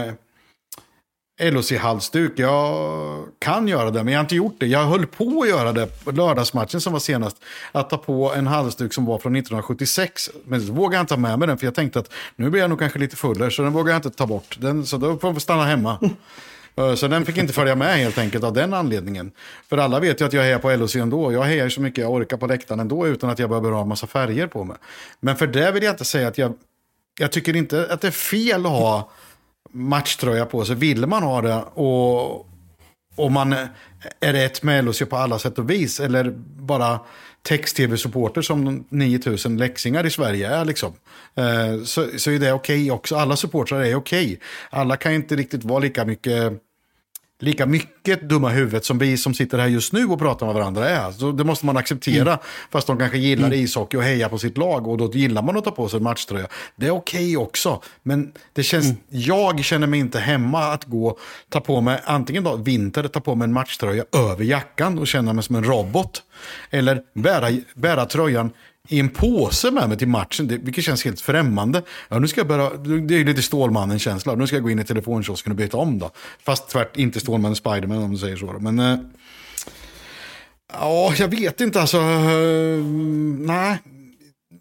LOC-halsduk. Jag kan göra det, men jag har inte gjort det. Jag höll på att göra det på lördagsmatchen som var senast. Att ta på en halsduk som var från 1976. Men så vågade jag inte ta med mig den, för jag tänkte att nu blir jag nog kanske lite fuller, så den vågar jag inte ta bort. Så då får jag stanna hemma. Så den fick inte följa med helt enkelt av den anledningen. För alla vet ju att jag hejar på LOC ändå. Jag hejar så mycket jag orkar på läktaren ändå utan att jag behöver ha en massa färger på mig. Men för det vill jag inte säga att jag tycker inte att det är fel att ha matchtröja på sig. Vill man ha det och man är rätt med LOC på alla sätt och vis, eller bara text-tv-supporter som 9000 läxingar i Sverige är liksom, så är det okej också. Alla supportrar är okej. Alla kan inte riktigt vara lika mycket dumma huvudet som vi som sitter här just nu och pratar med varandra är. Så det måste man acceptera. Fast de kanske gillar ishockey och hejar på sitt lag, och då gillar man att ta på sig en matchtröja. Det är okej också. Men det känns, jag känner mig inte hemma att ta på mig antingen då vinter, ta på mig en matchtröja över jackan och känna mig som en robot. Eller bära tröjan i en påse med mig till matchen, vilket känns helt främmande. Ja, nu ska jag det är lite Stålmannen-känsla. Nu ska jag gå in i telefonkiosken och byta om då. Fast inte Stålmannen, Spiderman om du säger så. Men ja, jag vet inte alltså. Nej.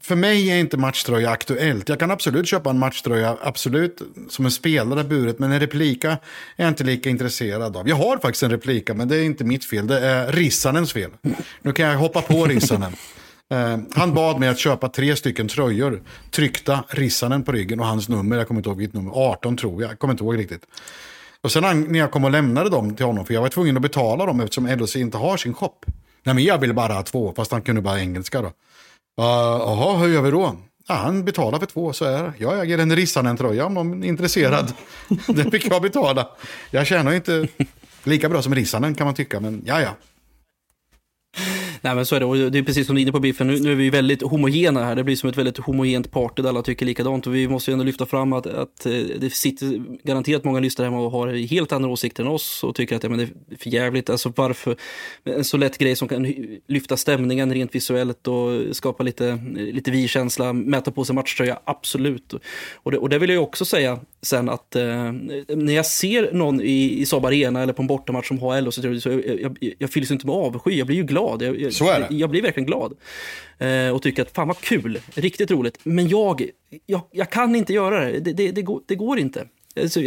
för mig är inte matchtröja aktuellt. Jag kan absolut köpa en matchtröja, absolut, som en spelare buret, men en replika är jag inte lika intresserad av. Jag har faktiskt en replika, men det är inte mitt fel, det är Rissanens fel. Nu kan jag hoppa på Rissanen. Han bad mig att köpa 3 stycken tröjor, tryckta Rissanen på ryggen och hans nummer, jag kommer inte ihåg vilket nummer, 18 tror jag kommer inte ihåg riktigt. Och sen när jag kom och lämnade dem till honom, för jag var tvungen att betala dem eftersom LHC inte har sin shop. Nej, men jag ville bara ha 2, fast han kunde bara engelska då. Jaha, hur gör vi då? Ja, han betalar för 2, så är det. Jag äger en Rissanen-tröja om någon är intresserad. Det fick jag betala. Jag tjänar inte lika bra som Rissanen kan man tycka, men ja. Nej, men så är det, och det är precis som du är inne på, Biffen. Nu är vi väldigt homogena här, det blir som ett väldigt homogent party där alla tycker likadant, och vi måste ju ändå lyfta fram att det sitter garanterat många lyssnare hemma och har helt andra åsikter än oss och tycker att men det är för jävligt, alltså varför en så lätt grej som kan lyfta stämningen rent visuellt och skapa lite vi-känsla, mäta på sig matchtröja, absolut. Och det vill jag också säga sen att när jag ser någon i Saab Arena eller på en bortamatch som har LO, så jag fylls inte med avsky, jag blir ju glad. Jag blir verkligen glad och tycker att fan vad kul, riktigt roligt. Men jag kan inte göra det. Det går inte. Alltså,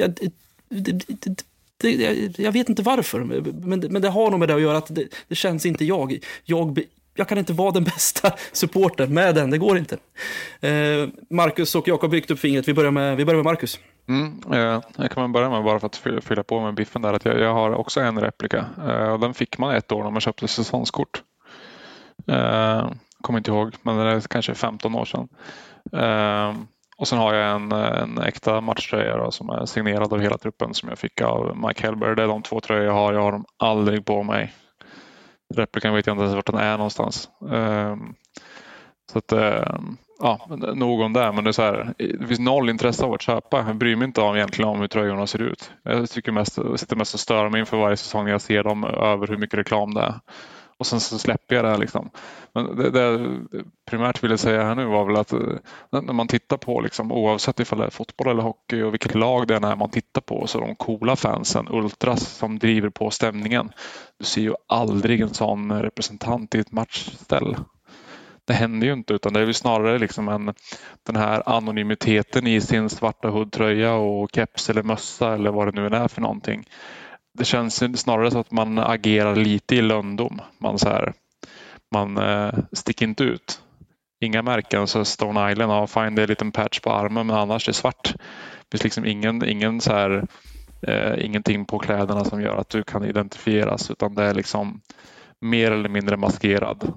jag vet inte varför, men det har nog med det att göra att det känns inte jag kan inte vara den bästa supporten med den, det går inte. Marcus och Jakob byggt upp fingret. Vi börjar med Marcus. Jag kan börja med, bara för att fylla på med Biffen där, att jag har också en replika. Och den fick man 1 år när man köpte säsongskort. Kommer inte ihåg, men det är kanske 15 år sedan. Och sen har jag en äkta matchtröja då, som är signerad av hela truppen, som jag fick av Mike Hellberg. Det är de 2 tröjor jag har. Jag har dem aldrig på mig. Replikan vet jag inte ens vart den är någonstans. Så att nog om det, men det är så här, det finns noll intresse av att köpa. Jag bryr mig inte egentligen om hur tröjorna ser ut. Jag sitter mest och stör mig inför varje säsong när jag ser dem över hur mycket reklam det är. Och sen så släpper jag det liksom. Men det primärt vill jag säga här nu var väl att när man tittar på liksom, oavsett ifall det är fotboll eller hockey och vilket lag det är när man tittar på, så de coola fansen, ultras som driver på stämningen. Du ser ju aldrig en sån representant i ett matchställ. Det händer ju inte, utan det är ju snarare liksom den här anonymiteten i sin svarta hoodtröja och keps eller mössa eller vad det nu är för någonting. Det känns snarare så att man agerar lite i lönndom. Man sticker inte ut. Inga märken, så Stone Island har fine, det är en liten patch på armen, men annars är det svart. Det finns liksom ingenting på kläderna som gör att du kan identifieras, utan det är liksom mer eller mindre maskerad.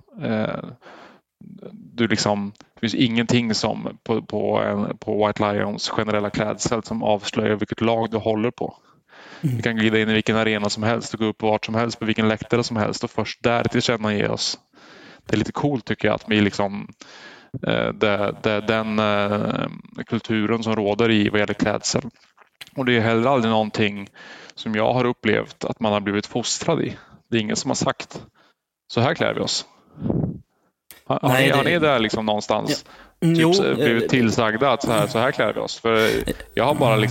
Det finns ingenting som på White Lions generella klädsel som avslöjar vilket lag du håller på. Vi kan glida in i vilken arena som helst och gå upp vart som helst på vilken läktare som helst och först där tillkännager oss. Det är lite coolt tycker jag att vi det är den kulturen som råder i vad gäller klädsel. Och det är heller aldrig någonting som jag har upplevt att man har blivit fostrad i. Det är ingen som har sagt så här klär vi oss. Har ni där liksom någonstans blivit tillsagda att så här klär vi oss? För jag har bara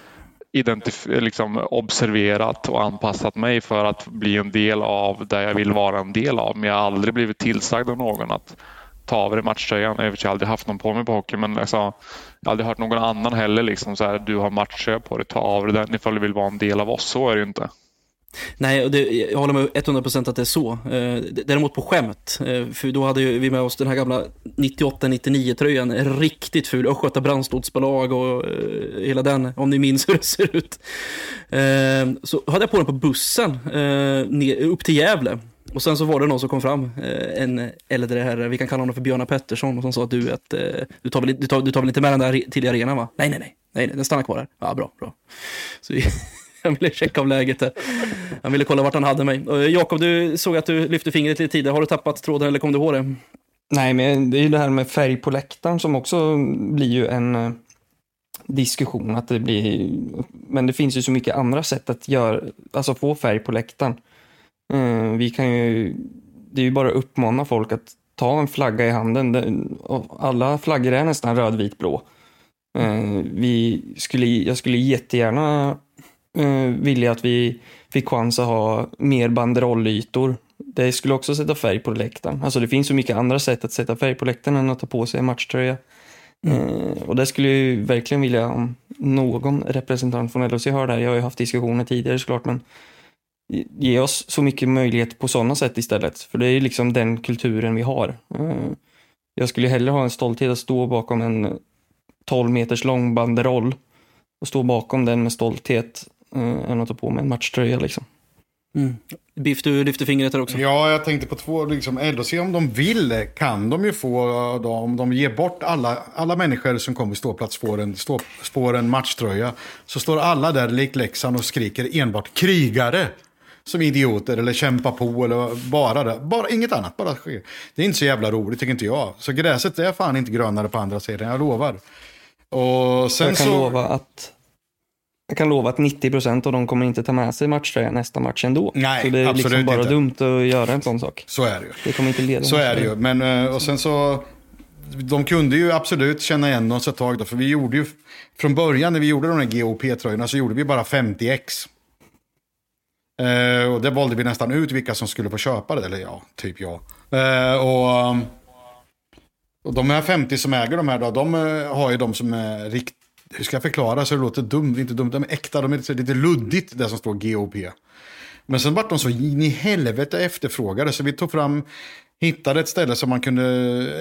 observerat och anpassat mig för att bli en del av det jag vill vara en del av. Men jag har aldrig blivit tillsagd av någon att ta av dig matchtröjan. Jag har aldrig haft någon på mig på hockey, men jag har aldrig hört någon annan heller så här, du har matchtröja på dig, ta av dig den ifall du vill vara en del av oss. Så är det ju inte. Nej, jag håller med 100% att det är så. Däremot på skämt, för då hade vi med oss den här gamla 98-99-tröjan, riktigt ful, Östgöta brandstådsbolag och hela den, om ni minns hur det ser ut. Så hade jag på den på bussen upp till Gävle. Och sen så var det någon som kom fram, en äldre herre, vi kan kalla honom för Björna Pettersson, och som sa att du tar väl inte med den där till arenan, va? Nej, den stannar kvar där. Ja, bra. Så jag ville checka av läget där. Han ville kolla vart han hade mig. Jakob, du såg att du lyfte fingret lite tidigare. Har du tappat tråden eller kom du ihåg det? Nej, men det är ju det här med färg på läktaren som också blir ju en diskussion. Att det blir, men det finns ju så mycket andra sätt att få färg på läktaren. Det är ju bara att uppmana folk att ta en flagga i handen. Alla flaggor är nästan röd, vit, blå. Jag skulle jättegärna vilja att vi fick chans att ha mer banderollytor det skulle också sätta färg på läktaren. Alltså det finns så mycket andra sätt att sätta färg på läktaren än att ta på sig en matchtröja. Och det skulle jag ju verkligen vilja, om någon representant från LHC hör där, jag har ju haft diskussioner tidigare såklart, men ge oss så mycket möjlighet på sådana sätt istället. För det är ju liksom den kulturen vi har. Jag skulle hellre ha en stolthet att stå bakom en 12 meters lång banderoll och stå bakom den med stolthet än att ta på mig en matchtröja liksom. Biff, du lyfter fingret här också. Ja, jag tänkte på två, liksom, LHC om de vill kan de ju få, om de ger bort alla människor som kommer ståplats får en matchtröja, så står alla där likt Leksand och skriker enbart krigare som idioter eller kämpa på eller bara inget annat, bara sker. Det är inte så jävla roligt tycker inte jag. Så gräset är fan inte grönare på andra sidan, jag lovar. Och sen jag kan lova att 90% av dem kommer inte ta med sig matchtröjan nästa match ändå. Nej, så det är liksom bara inte dumt att göra en sån sak. Så är det ju. Det kommer inte leda. Så är det ju. Men och sen så de kunde ju absolut känna igen oss ett tag då, för vi gjorde ju från början när vi gjorde de här GOP-tröjorna så gjorde vi bara 50x. Och det valde vi nästan ut vilka som skulle få köpa det, eller ja, typ jag. Och de här 50 som äger de här då, de har ju de som är hur ska jag förklara så det låter dumt, inte dumt, de är äkta, de är lite luddigt det som står GOP. Men sen vart de så in i helvete efterfrågade så vi hittade ett ställe som man kunde,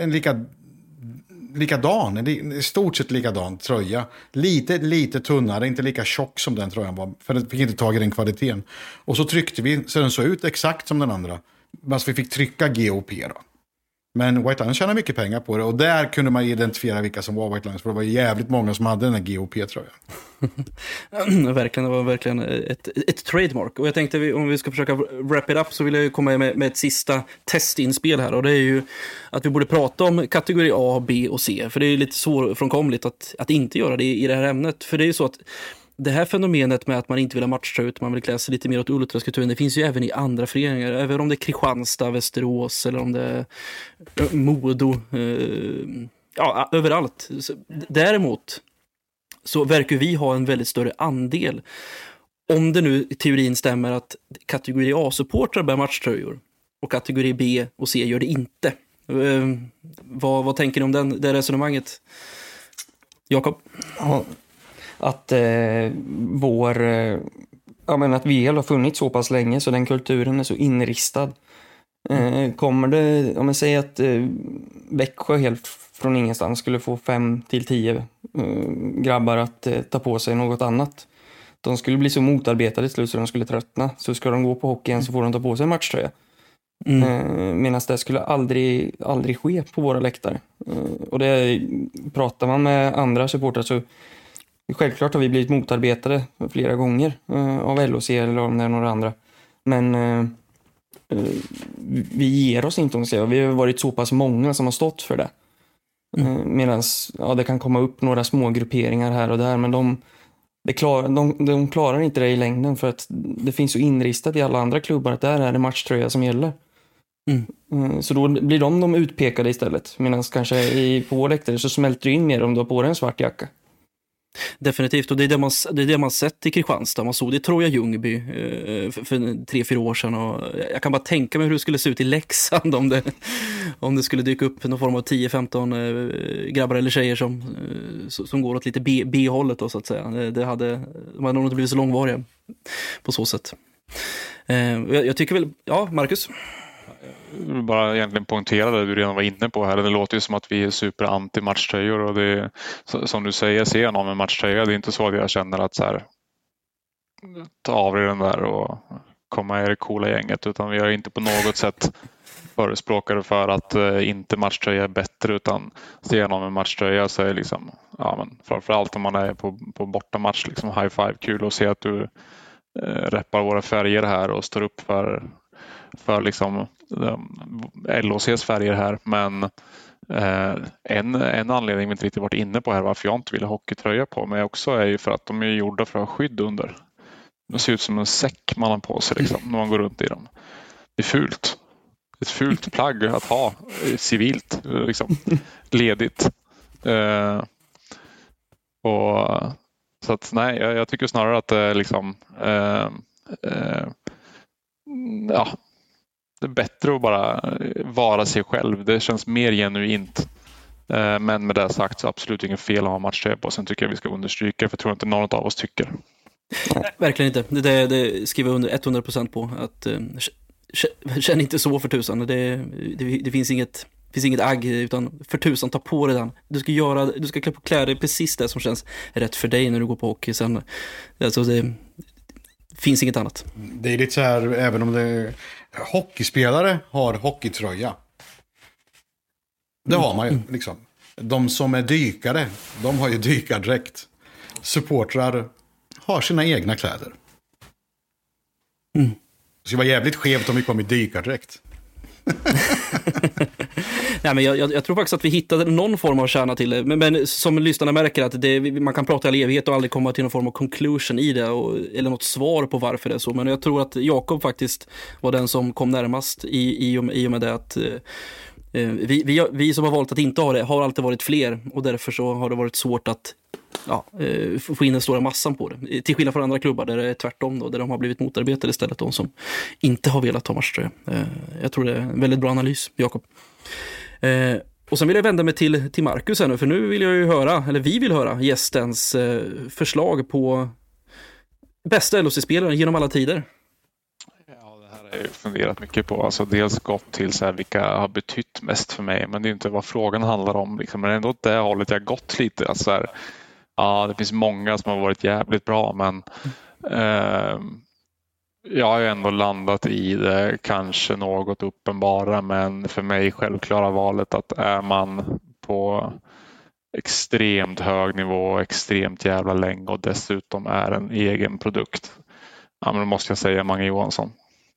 i stort sett likadan tröja. Lite tunnare, inte lika tjock som den tröjan var, för det fick inte tag i den kvaliteten. Och så tryckte vi, så den såg ut exakt som den andra. Men vi fick trycka GOP då. Men White Lions tjänar mycket pengar på det. Och där kunde man identifiera vilka som var White Lions. För det var jävligt många som hade den här GOP-tröjan. Verkligen, det var verkligen ett trademark. Och jag tänkte om vi ska försöka wrap it up så vill jag komma med ett sista testinspel här. Och det är ju att vi borde prata om kategori A, B och C. För det är lite svårfrånkomligt att inte göra det i det här ämnet. För det är ju så att det här fenomenet med att man inte vill ha matchtröja utan man vill klä sig lite mer åt ultraskulturen, det finns ju även i andra föreningar. Även om det är Kristianstad, Västerås eller om det är Modo. Ja, överallt. Däremot så verkar vi ha en väldigt större andel. Om det nu i teorin stämmer att kategori A-supportrar bär matchtröjor och kategori B och C gör det inte. Vad tänker ni om det resonemanget? Jakob? Ja, att att VL har funnits så pass länge så den kulturen är så inristad. Kommer det, om man säger att Växjö helt från ingenstans skulle få 5-10 grabbar att ta på sig något annat. De skulle bli så motarbetade till slut så de skulle tröttna. Så ska de gå på hockey igen så får de ta på sig en matchtröja. Medan det skulle aldrig ske på våra läktare. Och det pratar man med andra supportrar så självklart har vi blivit motarbetade flera gånger av LHC eller om det är några andra. Men vi ger oss inte om att säga. Vi har varit så pass många som har stått för det. Medan det kan komma upp några små grupperingar här och där. Men de klarar inte det i längden för att det finns så inristat i alla andra klubbar att där är det matchtröja som gäller. Så då blir de utpekade istället. Medan kanske på vår läktare så smälter det in mer om du har på dig en svart jacka. Definitivt, och det är det man sett i Kristianstad. Man såg det i Troja Ljungby för 3-4 år sedan och jag kan bara tänka mig hur det skulle se ut i Leksand om det skulle dyka upp någon form av 10-15 grabbar eller tjejer som går åt lite B-hållet då, så att säga. De hade nog inte blivit så långvariga på så sätt. Jag tycker väl, ja, Marcus? Jag vill bara egentligen poängtera det du redan var inne på här. Det låter ju som att vi är super anti matchtröjor och det som du säger, ser jag någon med matchtröja. Det är inte så att jag känner att så här, ta av dig den där och komma i det coola gänget, utan vi är inte på något sätt förespråkare för att inte matchtröja är bättre, utan ser jag någon med matchtröja så är det liksom, ja, men framförallt om man är på bortamatch liksom high five, kul att se att du reppar våra färger här och står upp för liksom LHCs färger här, men en anledning vi inte riktigt varit inne på här varför jag inte vill ha hockeytröja på mig också är ju för att de är gjorda för att ha skydd under. Det ser ut som en säck man har på sig liksom, när man går runt i dem. Det är fult. Ett fult plagg att ha civilt, liksom, ledigt. Och så att nej, jag tycker snarare att det liksom ja, Det är bättre att bara vara sig själv. Det känns mer genuint. Men med det sagt så absolut inget fel att ha matchtröja på. Sen tycker jag vi ska understryka, för jag tror inte någon av oss tycker. Nej, verkligen inte. Det skriver under 100% på. Att känn inte så för tusan. Det finns inget agg, utan för tusan, ta på dig den. Du ska klä dig precis det som känns rätt för dig när du går på hockey. Sen, alltså det finns inget annat. Det är lite så här, även om hockeyspelare har hockeytröja. Det har man ju liksom. De som är dykare, de har ju dykardräkt. Supportrar har sina egna kläder. Det skulle vara jävligt skevt om vi kom i dykardräkt. Nej, men jag tror faktiskt att vi hittade någon form av kärna till det. Men som lyssnarna märker att man kan prata i evighet och aldrig komma till någon form av conclusion i det. Eller något svar på varför det är så. Men jag tror att Jakob faktiskt var den som kom närmast i och med det att vi som har valt att inte ha det har alltid varit fler. Och därför så har det varit svårt att få in den stora massan på det. Till skillnad från andra klubbar där det är tvärtom då, där de har blivit motarbetade istället, de som inte har velat ta matchtröja. Jag tror det är en väldigt bra analys, Jakob. Och sen vill jag vända mig till Marcus här nu, för nu vill jag ju höra, eller vi vill höra gästens förslag på bästa LHC-spelare genom alla tider. Ja, det här har jag funderat mycket på. Alltså dels gått till så här, vilka har betytt mest för mig, men det är inte vad frågan handlar om. Liksom. Men ändå åt det hållet jag gått lite. Alltså, så här, ja, det finns många som har varit jävligt bra, men jag har ju ändå landat i det kanske något uppenbara, men för mig självklara valet att är man på extremt hög nivå, extremt jävla länge och dessutom är en egen produkt, ja, men då måste jag säga Mange Johansson.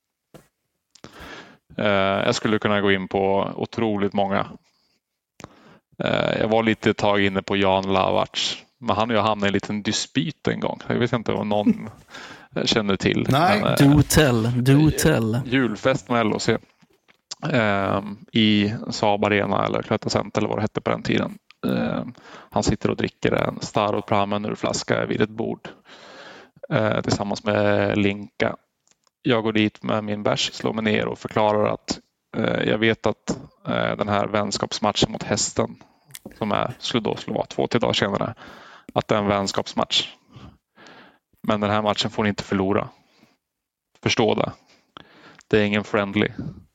Jag skulle kunna gå in på otroligt många. Jag var lite ett tag inne på Jan Lavac, men han har ju hamnat i en liten dispyt en gång. Jag vet inte om någon känner till. Nej, men, do tell. Julfest med LHC i Saab Arena eller Cloetta Center eller vad det hette på den tiden. Han sitter och dricker en Starot Pramen ur flaska vid ett bord tillsammans med Linka. Jag går dit med min bärs, slår mig ner och förklarar att jag vet att den här vänskapsmatchen mot Hästen som skulle vara 2-3 dagar senare, att det är en vänskapsmatch. Men den här matchen får ni inte förlora. Förstå det. Det är ingen friendly.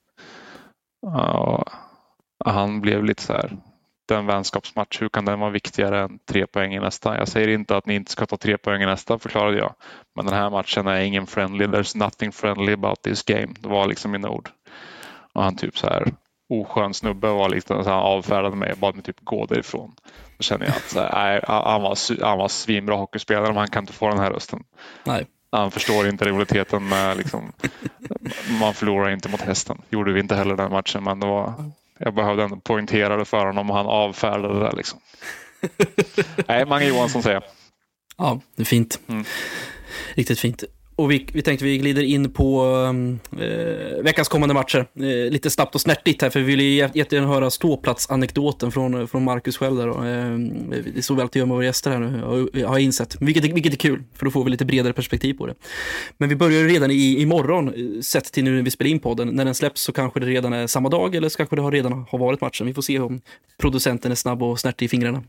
Han blev lite så här, den vänskapsmatch, hur kan den vara viktigare än 3 poäng i nästa? Jag säger inte att ni inte ska ta 3 poäng i nästa, förklarade jag. Men den här matchen är ingen friendly. There's nothing friendly about this game. Det var liksom mina ord. Och han typ så här, oskön snubbe var liksom så här, avfärdade mig och bad mig typ gå därifrån. Då känner jag att så här, han var svinbra hockeyspelare, men han kan inte få den här rösten. Nej. Han förstår inte rivaliteten med liksom, man förlorar inte mot Hästen. Gjorde vi inte heller den matchen, men det var, jag behövde ändå poängtera det för honom och han avfärdade det där liksom. Nej, Mange Johansson säger jag. Ja, det är fint. Riktigt fint. Och vi tänkte vi glider in på veckans kommande matcher. Lite snabbt och snärtigt här, för vi vill ju jättegärna höra ståplatsanekdoten från Marcus själv där. Det är så vi alltid gör med våra gäster här nu, har jag insett. Vilket är kul, för då får vi lite bredare perspektiv på det. Men vi börjar ju redan imorgon, sett till nu när vi spelar in podden. När den släpps så kanske det redan är samma dag, eller så kanske det redan har varit matchen. Vi får se om producenten är snabb och snärtig i fingrarna.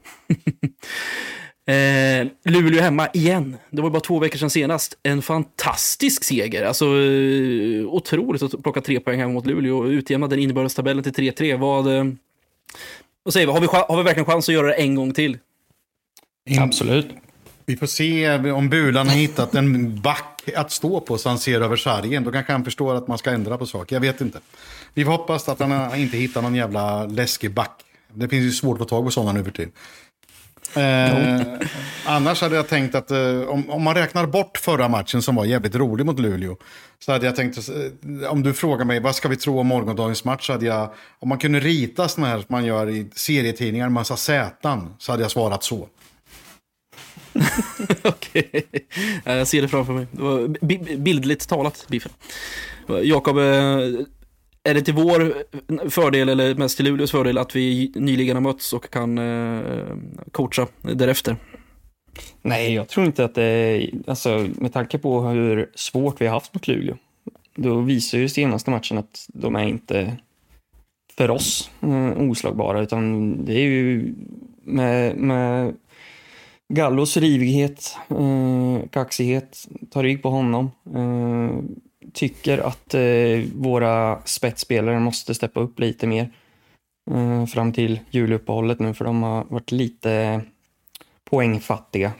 Luleå hemma igen. Det var bara 2 veckor sedan senast. En fantastisk seger. Alltså otroligt att plocka 3 poäng här mot Luleå och utjämna den inbördes tabellen till 3-3. Vad säger vi? Har vi verkligen chans att göra det en gång till? Absolut. Vi får se om Bulan har hittat en back att stå på så han ser över sargen. Då kanske han förstår att man ska ändra på saker. Jag vet inte. Vi får hoppas att han inte hittar någon jävla läskig back. Det finns ju svårt att få tag på sådana nu för tiden. Annars hade jag tänkt att om man räknar bort förra matchen som var jävligt rolig mot Luleå, så hade jag tänkt, om du frågar mig vad ska vi tro om morgondagens match, så hade jag, om man kunde rita såna här som man gör i serietidningar, massa sätan, så hade jag svarat så. Okej, jag ser det framför mig. Det var bildligt talat, Biffen. Jakob, är det till vår fördel eller mest till Luleås fördel att vi nyligen har mötts och kan coacha därefter? Nej, jag tror inte att det är, alltså, med tanke på hur svårt vi har haft mot Luleå. då visar ju senaste matchen att de är inte för oss oslagbara, utan det är ju med Gallos rivighet, kaxighet, tar rygg på honom. Tycker att våra spetsspelare måste steppa upp lite mer fram till juluppehållet nu, för de har varit lite poängfattiga.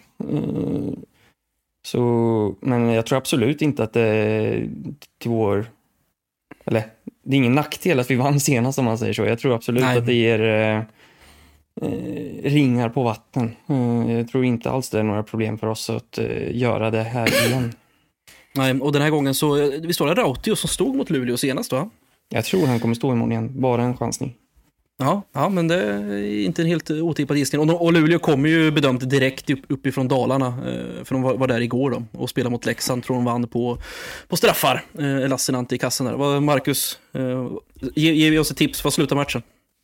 Men jag tror absolut inte att det till vår... Eller, det är ingen nackdel att vi vann senast, om man säger så. Jag tror absolut att det ger ringar på vatten. Jag tror inte alls det är några problem för oss att göra det här igen. Nej, och den här gången så, vi står där Rautio som stod mot Luleå senast, va? Jag tror han kommer stå imorgon igen, bara en chansning. Ja, men det är inte en helt otippad gissning. Och Luleå kommer ju bedömt direkt uppifrån Dalarna, för de var där igår då, och spelade mot Leksand, tror de vann på straffar. Lassinantti i kassan där. Marcus, ge oss ett tips, vad slutar matchen?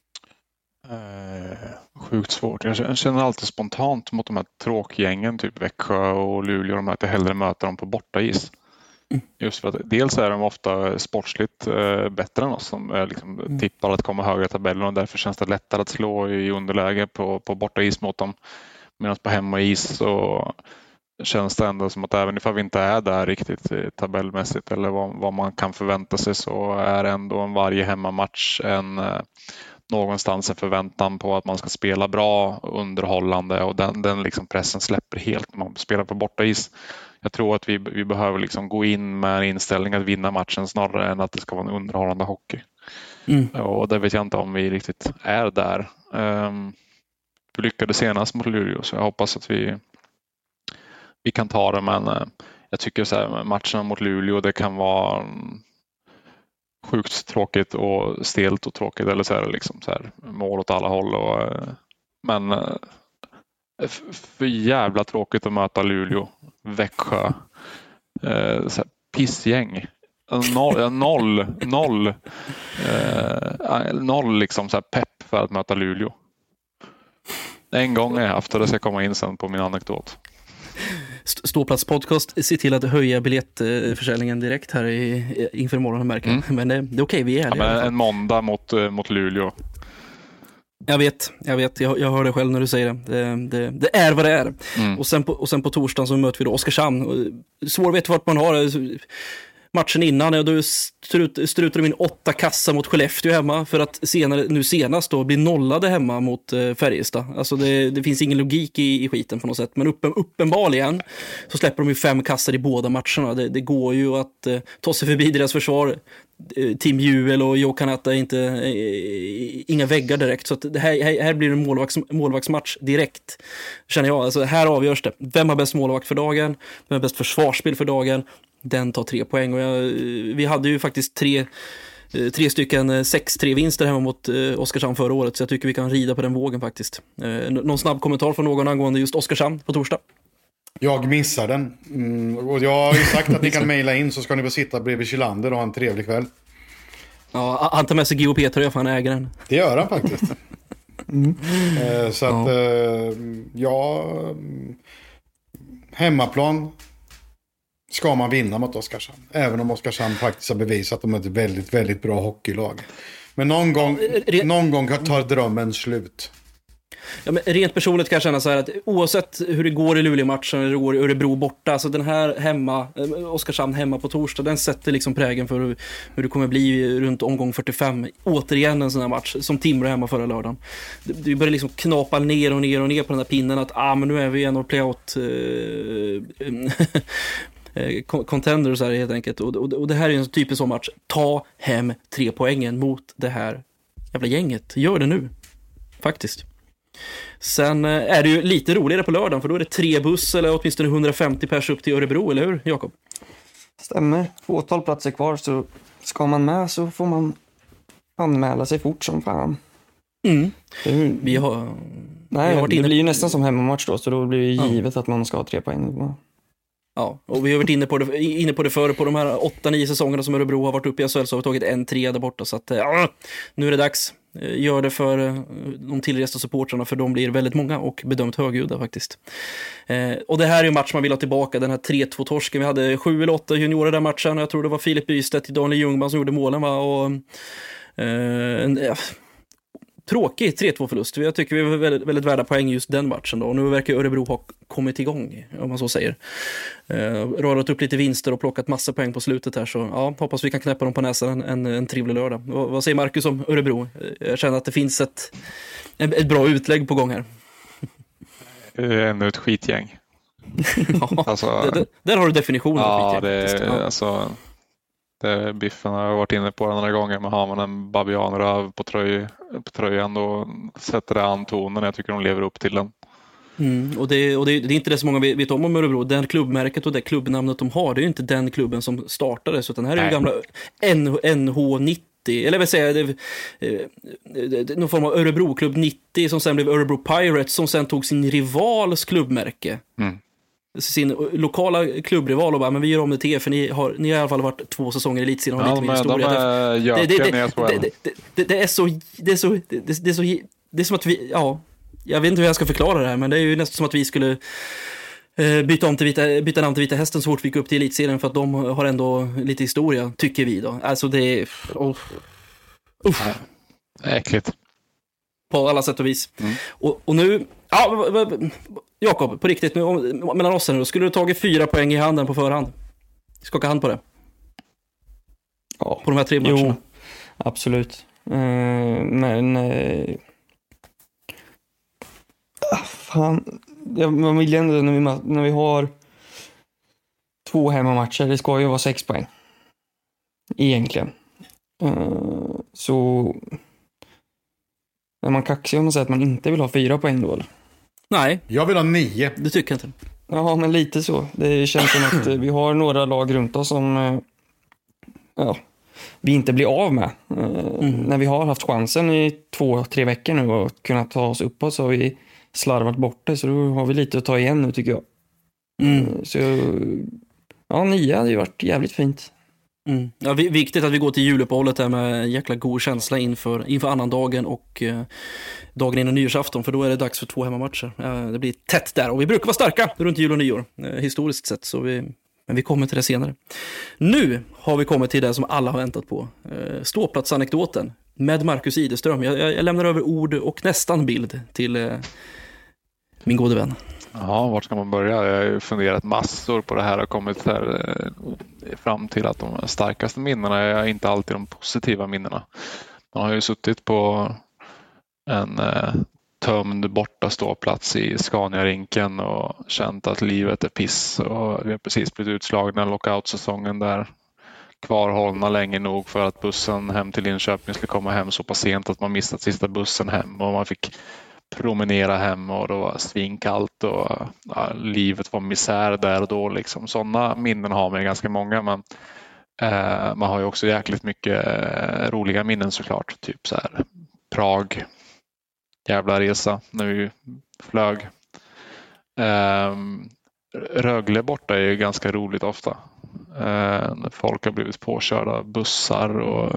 Sjukt svårt. Jag känner alltid spontant mot de här tråkgängen, typ Växjö och Luleå, att jag hellre möter dem på bortais. Just för att dels är de ofta sportsligt bättre än oss som liksom tippar att komma högre i tabellen, och därför känns det lättare att slå i underläge på bortais mot dem. Medan på hemmais så känns det ändå som att även ifall vi inte är där riktigt tabellmässigt eller vad man kan förvänta sig, så är ändå en varje hemmamatch någonstans en förväntan på att man ska spela bra, underhållande, och den liksom pressen släpper helt när man spelar på bortais. Jag tror att vi behöver liksom gå in med en inställning att vinna matchen snarare än att det ska vara en underhållande hockey. Och det vet jag inte om vi riktigt är där. Vi lyckades senast mot Luleå, så jag hoppas att vi kan ta det, men jag tycker så här, matcherna mot Luleå, det kan vara sjukt tråkigt och stelt och tråkigt, eller så är det liksom så här, mål åt alla håll, men för jävla tråkigt att möta Luleå, Växjö, så här, pissgäng, noll liksom så här pepp för att möta Luleå. En gång har jag haft, och det ska komma in sen på min anekdot. Ståplats podcast, se till att höja biljettförsäljningen direkt här inför morgonen, märker. Men det är okej, vi är det. Men en måndag mot Luleå. Jag vet, jag hör det själv när du säger det. Det är vad det är. Och sen på torsdagen så möter vi då Oskarshamn. Svår vet vart man har matchen innan, och då strutar de in 8 kassar mot Skellefteå hemma, för att senast då bli nollade hemma mot Färjestad. Alltså det finns ingen logik i skiten på något sätt, men uppenbarligen så släpper de ju 5 kassar i båda matcherna. Det går ju att ta sig förbi deras försvar. Tim Juel och Joe Kanata är inga väggar direkt, så att det här blir en målvaktsmatch direkt, känner jag. Alltså här avgörs det. Vem har bäst målvakt för dagen? Vem har bäst försvarsspel för dagen? Den tar 3 poäng, och vi hade ju faktiskt 3 stycken 6-3 vinster hemma mot Oskarshamn förra året, så jag tycker vi kan rida på den vågen faktiskt. Någon snabb kommentar från någon angående just Oskarshamn på torsdag? Jag missar den. Och jag har ju sagt att ni kan mejla in, så ska ni få sitta bredvid Kylander och ha en trevlig kväll. Ja, han tar med sig GOP-tröja för han äger den. Det gör han faktiskt. Så att hemmaplan ska man vinna mot Oskarshamn. Även om Oskarshamn faktiskt har bevisat att de är ett väldigt, väldigt bra hockeylag. Men någon gång tar drömmen slut. Ja, men rent personligt kan jag känna så här att oavsett hur det går i Luleå-matchen eller det går i Örebro borta, alltså den här Oskarshamn hemma på torsdag, den sätter liksom prägen för hur det kommer bli runt omgång 45. Återigen en sån här match som Timrå hemma förra lördagen. Det börjar liksom knapa ner på den här pinnen att men nu är vi en playout contenders här helt enkelt, och det här är en typisk sån match. Ta hem 3 poängen mot det här jävla gänget. Gör det nu, faktiskt. Sen är det ju lite roligare på lördagen, för då är det 3 buss eller åtminstone 150 pers upp till Örebro, eller hur, Jakob? Stämmer. Fåtal platser kvar, så ska man med så får man anmäla sig fort som fan. Vi har det blir ju nästan som hemmamatch då, så då blir det givet att man ska ha 3 poäng. Ja, och vi har varit inne på det förr, på de här 8-9 säsongerna som Örebro har varit uppe i SHL, så har vi tagit 1-3 där borta, så att nu är det dags. Gör det för de tillresta supportrarna, för de blir väldigt många och bedömt högljudda faktiskt. Och det här är ju en match man vill ha tillbaka, den här 3-2-torsken. Vi hade 7 eller 8 juniorer där matchen, jag tror det var Filip Bystedt och Daniel Ljungman som gjorde målen, va? Och tråkig 3-2-förlust. Jag tycker vi var väldigt, väldigt värda poäng just den matchen då. Och nu verkar Örebro ha kommit igång, om man så säger. Radat upp lite vinster och plockat massa poäng på slutet här. Så ja, hoppas vi kan knäppa dem på näsan en trevlig lördag. Vad säger Marcus om Örebro? Jag känner att det finns ett bra utlägg på gång här. Ännu ett skitgäng. Ja, alltså, där har du definitionen av skitgäng. Alltså... Biffen har varit inne på det några gånger, men har man en babianröv på tröjan då sätter det an tonen. Jag tycker de lever upp till den. Och det är inte det så många vet om Örebro. Den klubbmärket och det klubbnamnet de har, det är ju inte den klubben som startade. Så den här är ju gamla NH90. Eller vad säger jag, någon form av Örebro-klubb 90 som sen blev Örebro Pirates, som sen tog sin rivals klubbmärke. Sin lokala klubbrival och bara, men vi gör om det till er, för ni har i alla fall varit 2 säsonger i elitserien och har lite mer historia. Det är som att vi, jag vet inte hur jag ska förklara det här, men det är ju nästan som att vi skulle byta namn till Vita Hästen så fort vi gick upp till elitserien, för att de har ändå lite historia, tycker vi då. Alltså det är äckligt på alla sätt och vis. Och nu Jakob, på riktigt, nu, mellan oss här nu, skulle du tagit 4 poäng i handen på förhand? Skaka hand på det. Ja. På de här 3 matcherna. Jo, absolut. Men fan, man vill ändå när vi har 2 hemmamatcher, det ska ju vara 6 poäng. Egentligen. Så är man kaxig om man säger att man inte vill ha 4 poäng då, eller? Nej. Jag vill ha 9. Det tycker jag inte. Ja, men lite så. Det känns som att vi har några lag runt oss som vi inte blir av med. När vi har haft chansen i 2-3 veckor nu och kunnat ta oss uppåt, så har vi slarvat bort det. Så då har vi lite att ta igen nu, tycker jag. Så 9 hade ju varit jävligt fint. Ja, viktigt att vi går till juluppehållet där med jäkla god känsla inför annandagen och dagen innan nyårsafton, för då är det dags för 2 hemmamatcher. Det blir tätt där, och vi brukar vara starka runt jul och nyår historiskt sett, så men vi kommer till det senare. Nu har vi kommit till det som alla har väntat på, ståplatsanekdoten med Marcus Ideström. Jag lämnar över ord och nästan bild till min gode vän. Ja, vart ska man börja? Jag har ju funderat massor på det här och kommit fram till att de starkaste minnena är inte alltid de positiva minnena. Man har ju suttit på en tömd borta ståplats i Scania-rinken och känt att livet är piss, och vi har precis blivit utslagna lockout-säsongen där, kvarhållna länge nog för att bussen hem till Linköping skulle komma hem så pass sent att man missat sista bussen hem, och man fick promenera hem och det var svinkallt och livet var misär där och då liksom. Sådana minnen har man ganska många, men man har ju också jäkligt mycket roliga minnen såklart, typ så här Prag, jävla resa när vi flög. Rögle borta är ju ganska roligt ofta, när folk har blivit påkörda av bussar och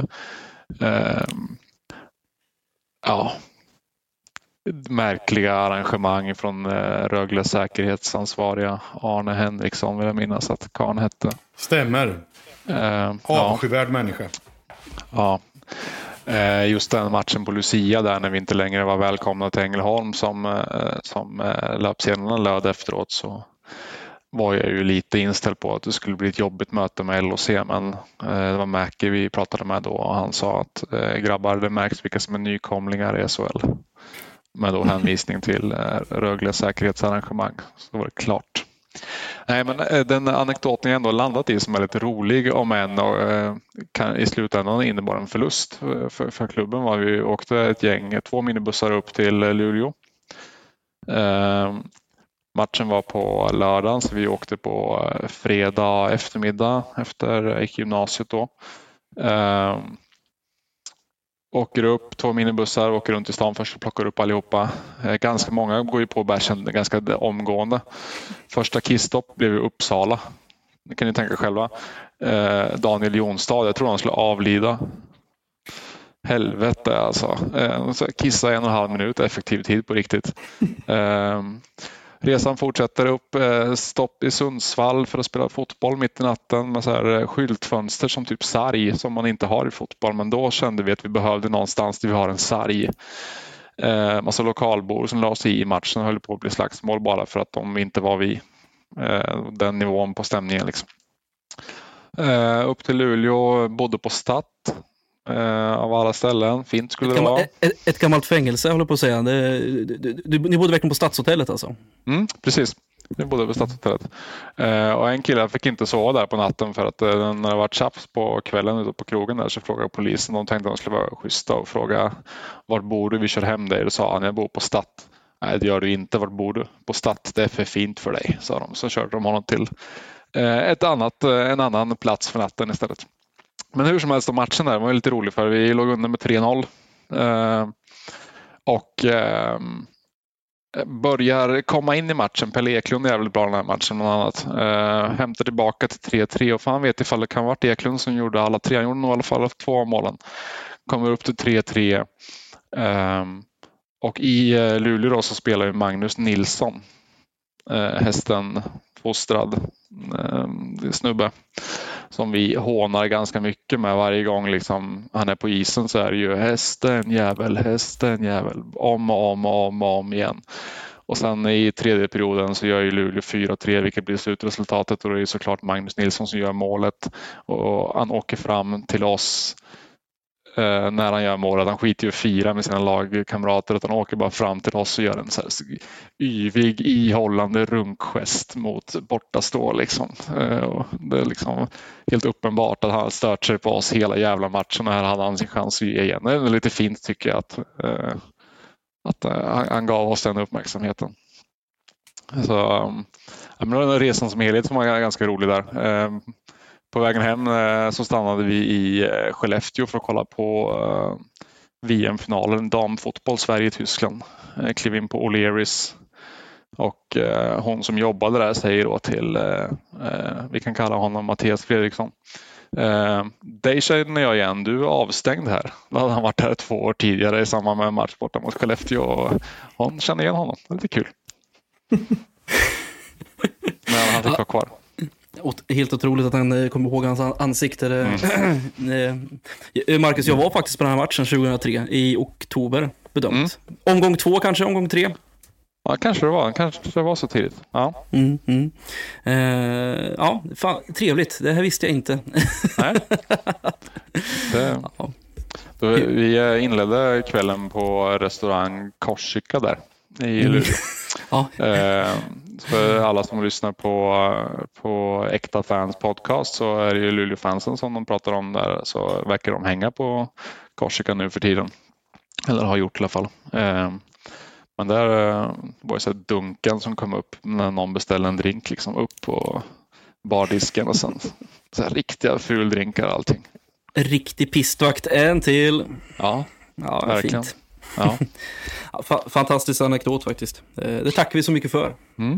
märkliga arrangemang från Rögles säkerhetsansvariga Arne Henriksson, vill jag minnas att Karn hette. Stämmer. Avskyvärd människa. Ja. Just den matchen på Lucia där, när vi inte längre var välkomna till Ängelholm som löpsedlarna löd efteråt, så var jag ju lite inställd på att det skulle bli ett jobbigt möte med LOC, men det var Mäki vi pratade med då, och han sa att grabbar, det märks vilka som är nykomlingar i SHL. Med då hänvisning till Rögles säkerhetsarrangemang. Så var det klart. Nej, men den anekdoten jag ändå landat i som är lite rolig, om än i slutändan innebar en förlust för klubben, var vi åkte ett gäng, 2 minibussar upp till Luleå. Matchen var på lördagen, så vi åkte på fredag eftermiddag efter jag gick gymnasiet då. Åker upp 2 minibussar, åker runt i stan först och plockar upp allihopa. Ganska många går ju på bärsen ganska omgående. Första kissstopp blev i Uppsala. Det kan ni tänka själva. Daniel Jonstad, jag tror han skulle avlida. Helvete alltså. Kissa 1,5 minut, effektiv tid på riktigt. Resan fortsätter upp, stopp i Sundsvall för att spela fotboll mitt i natten med så här skyltfönster som typ sarg som man inte har i fotboll. Men då kände vi att vi behövde någonstans där vi har en sarg. Massa lokalbor som la sig i matchen höll på att bli slagsmål bara för att de inte var vid den nivån på stämningen. Liksom. Upp till Luleå, bodde på Stadt. Av alla ställen, fint skulle det vara. Ett gammalt fängelse håller på att säga. Ni bodde verkligen på Stadshotellet alltså? Precis, vi bodde på Stadshotellet. Och en kille fick inte sova där på natten för att när det var tjafs på kvällen ute på krogen där så frågade polisen. De tänkte att de skulle vara schyssta och fråga vart bor du? Vi kör hem dig. Då sa han, jag bor på Stadt. Nej, det gör du inte. Vart bor du? På Stadt, det är för fint för dig, sa de. Så körde de honom till en annan plats för natten istället. Men hur som helst, matchen där var lite rolig för vi låg under med 3-0 och börjar komma in i matchen. Pelle Eklund är jävligt bra den här matchen bland annat. Hämtar tillbaka till 3-3 och fan vet ifall det kan ha varit Eklund som gjorde alla 3. Han gjorde nog i alla fall 2 av målen. Kommer upp till 3-3 och i Luleå då så spelar ju Magnus Nilsson, hästen fostrad snubbe som vi hånar ganska mycket med varje gång liksom han är på isen, så är det ju hästen jävel om igen. Och sen i tredje perioden så gör ju Luleå 4-3, vilket blir slutresultatet, och det är såklart Magnus Nilsson som gör målet och han åker fram till oss när han gör målet. Han skiter ju 4 med sina lagkamrater utan han åker bara fram till oss och gör en så här yvig, ihållande runkgest mot bortastå liksom. Och det är liksom helt uppenbart att han stört sig på oss hela jävla matchen och här hade han sin chans att ge igen. Det är lite fint tycker jag att han gav oss den uppmärksamheten. Så men resan som helhet var ganska rolig där. På vägen hem så stannade vi i Skellefteå för att kolla på VM-finalen, damfotboll, Sverige-Tyskland. Klev in på O'Learys och hon som jobbade där säger då till, vi kan kalla honom Mattias Fredriksson. Dig känner jag igen, du är avstängd här. Då hade han varit här 2 år tidigare i samband med en match borta mot Skellefteå och hon känner igen honom, det är lite kul. Men han fick vara kvar. Helt otroligt att han kommer ihåg hans ansikte. Marcus, jag var faktiskt på den här matchen 2003 i oktober bedömt. Omgång 2 kanske, omgång 3. Ja, kanske det var så tidigt. Ja. Ja, fan, trevligt. Det här visste jag inte. Nej. Vi inledde kvällen på restaurang Korsika där i Luleå. Ja. För alla som lyssnar på Äkta Fans podcast så är det ju Luleå-fansen som de pratar om där, så verkar de hänga på Korsika nu för tiden. Eller har gjort i alla fall. Men där var det så här dunken som kom upp när någon beställde en drink liksom upp på bardisken och sen så här riktiga fuldrinkar och allting. Riktig pistvakt, en till. Ja, verkligen. Fint. Ja. Fantastisk anekdot faktiskt. Det tackar vi så mycket för.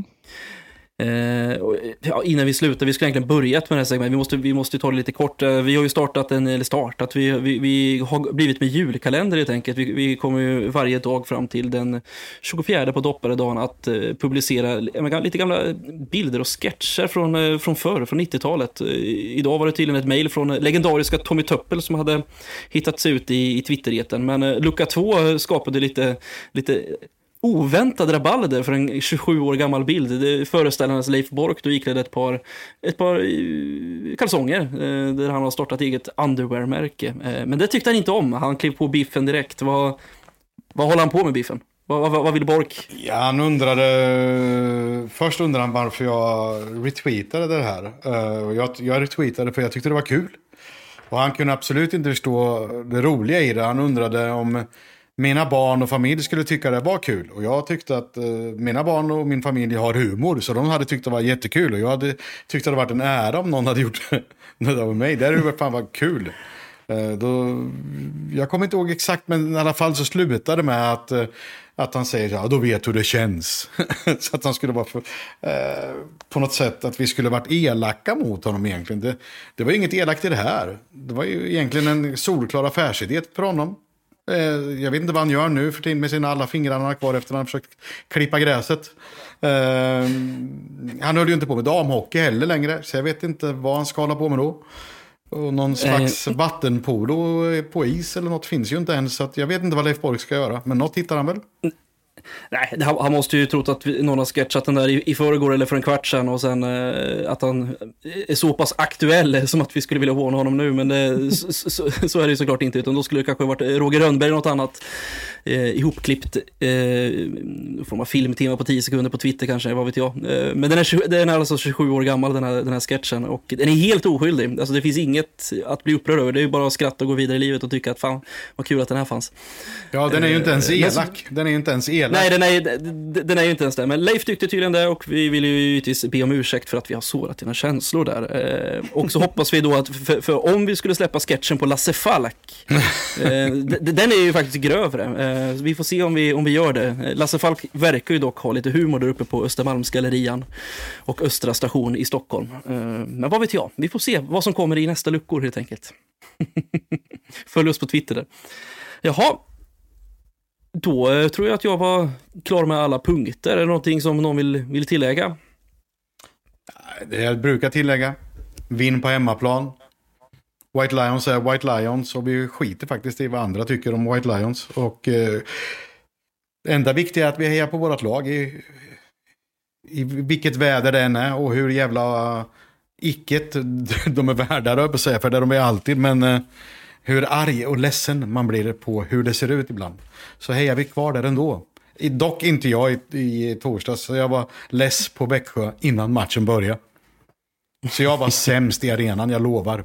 Innan vi slutar, vi skulle egentligen börjat med det här segmentet. Vi måste ta det lite kort. Vi har ju startat vi har blivit med julkalender helt enkelt. Vi kommer ju varje dag fram till den 24 på dopparedagen att publicera lite gamla bilder och sketcher från förr, från 90-talet. Idag var det tydligen ett mejl från legendariska Tommy Töppel som hade hittats ut i Twittereten. Men lucka 2 skapade lite oväntade rabalder för en 27 år gammal bild. Det föreställdes Leif Bork då iklädde ett par kalsonger där han har startat eget underwear-märke. Men det tyckte han inte om. Han klev på Biffen direkt. Vad håller han på med, Biffen? Vad vill Bork? Ja, först undrade han varför jag retweetade det här. Jag retweetade för jag tyckte det var kul. Och han kunde absolut inte förstå det roliga i det. Han undrade om mina barn och familj skulle tycka det var kul. Och jag tyckte att mina barn och min familj har humor. Så de hade tyckt det var jättekul. Och jag hade tyckt att det varit en ära om någon hade gjort det med mig. Det hade fan varit kul. Jag kommer inte ihåg exakt, men i alla fall så slutade det med att han säger ja, då vet hur det känns. Så att han skulle vara på något sätt att vi skulle varit elaka mot honom egentligen. Det var inget elakt i det här. Det var ju egentligen en solklar affärsidé för honom. Jag vet inte vad han gör nu för tiden med sina alla fingrar han har kvar efter att han försökt klippa gräset. Han höll ju inte på med damhockey heller längre, så jag vet inte vad han ska hålla på med då. Och någon slags vattenpolo på is eller något finns ju inte ens, så att jag vet inte vad Leif Bork ska göra, men något hittar han väl. Nej, han måste ju trott att någon har sketchat den där i förrgår eller för en kvart sedan, och sen att han är så pass aktuell som att vi skulle vilja håna honom nu, men så är det ju såklart inte, utan då skulle det kanske varit Roger Rönnberg eller något annat ihopklippt form av filmtema på 10 sekunder på Twitter kanske, vad vet jag. Men den är alltså 27 år gammal, den här sketchen, och den är helt oskyldig. Alltså det finns inget att bli upprörd över, det är ju bara att skratta och gå vidare i livet och tycka att fan vad kul att den här fanns. Ja, den är ju inte ens elak. Den är ju inte ens elak. Nej, den är ju inte ens det. Men Leif tyckte tydligen det, och vi vill ju givetvis be om ursäkt för att vi har sårat dina känslor där. Och så hoppas vi då att för om vi skulle släppa sketchen på Lasse Falk, den är ju faktiskt grövre. Vi får se om vi gör det. Lasse Falk verkar ju dock ha lite humor där uppe på Östermalmsgallerian och Östra station i Stockholm. Men vad vet jag? Vi får se vad som kommer i nästa luckor helt enkelt. Följ oss på Twitter där. Jaha. Då tror jag att jag var klar med alla punkter. Är det någonting som någon vill tillägga? Det jag brukar tillägga. Vinn på hemmaplan. White Lions är White Lions, och vi skiter faktiskt i vad andra tycker om White Lions. Och det enda viktiga är att vi hejar på vårt lag i vilket väder det än är, och hur jävla icket de är värda då, på att säga, för det är de är alltid, men hur arg och ledsen man blir på hur det ser ut ibland. Så hejar vi kvar där ändå. Dock inte jag i torsdags, så jag var less på Växjö innan matchen började. Så jag var sämst i arenan, jag lovar.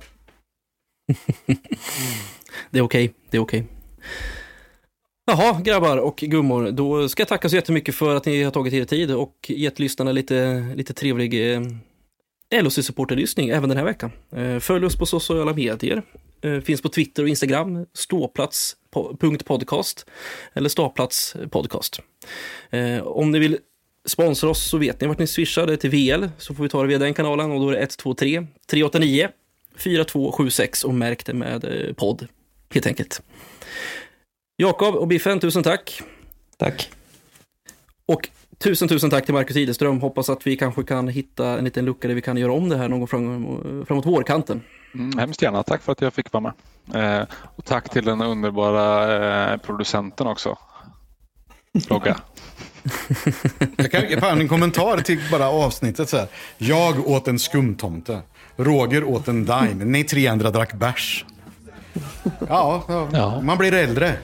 Det är okej. Jaha, grabbar och gummor, då ska jag tacka så jättemycket för att ni har tagit er tid och gett lyssnarna lite trevlig LHC-supporterlyssning även den här veckan. Följ oss på sociala medier. Finns på Twitter och Instagram, ståplats.podcast eller ståplats.podcast. Om ni vill sponsra oss så vet ni vart ni swishar, det till VL, så får vi ta det via den kanalen, och då är det 123 389 4276 och märk det med podd helt enkelt. Jakob och Biffen, tusen tack. Tack. Och tusen tack till Marcus Ideström. Hoppas att vi kanske kan hitta en liten lucka där vi kan göra om det här någon gång framåt vårkanten. Hemskt gärna, tack för att jag fick vara med. Och tack till den underbara producenten också. Rogga. Jag kan ge en kommentar till bara avsnittet så här. Jag åt en skumtomte. Roger åt en dime. Ni 300 drack bärs. Ja, man blir äldre.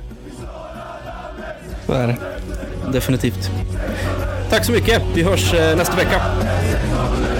Så är det. Definitivt. Tack så mycket. Vi hörs nästa vecka.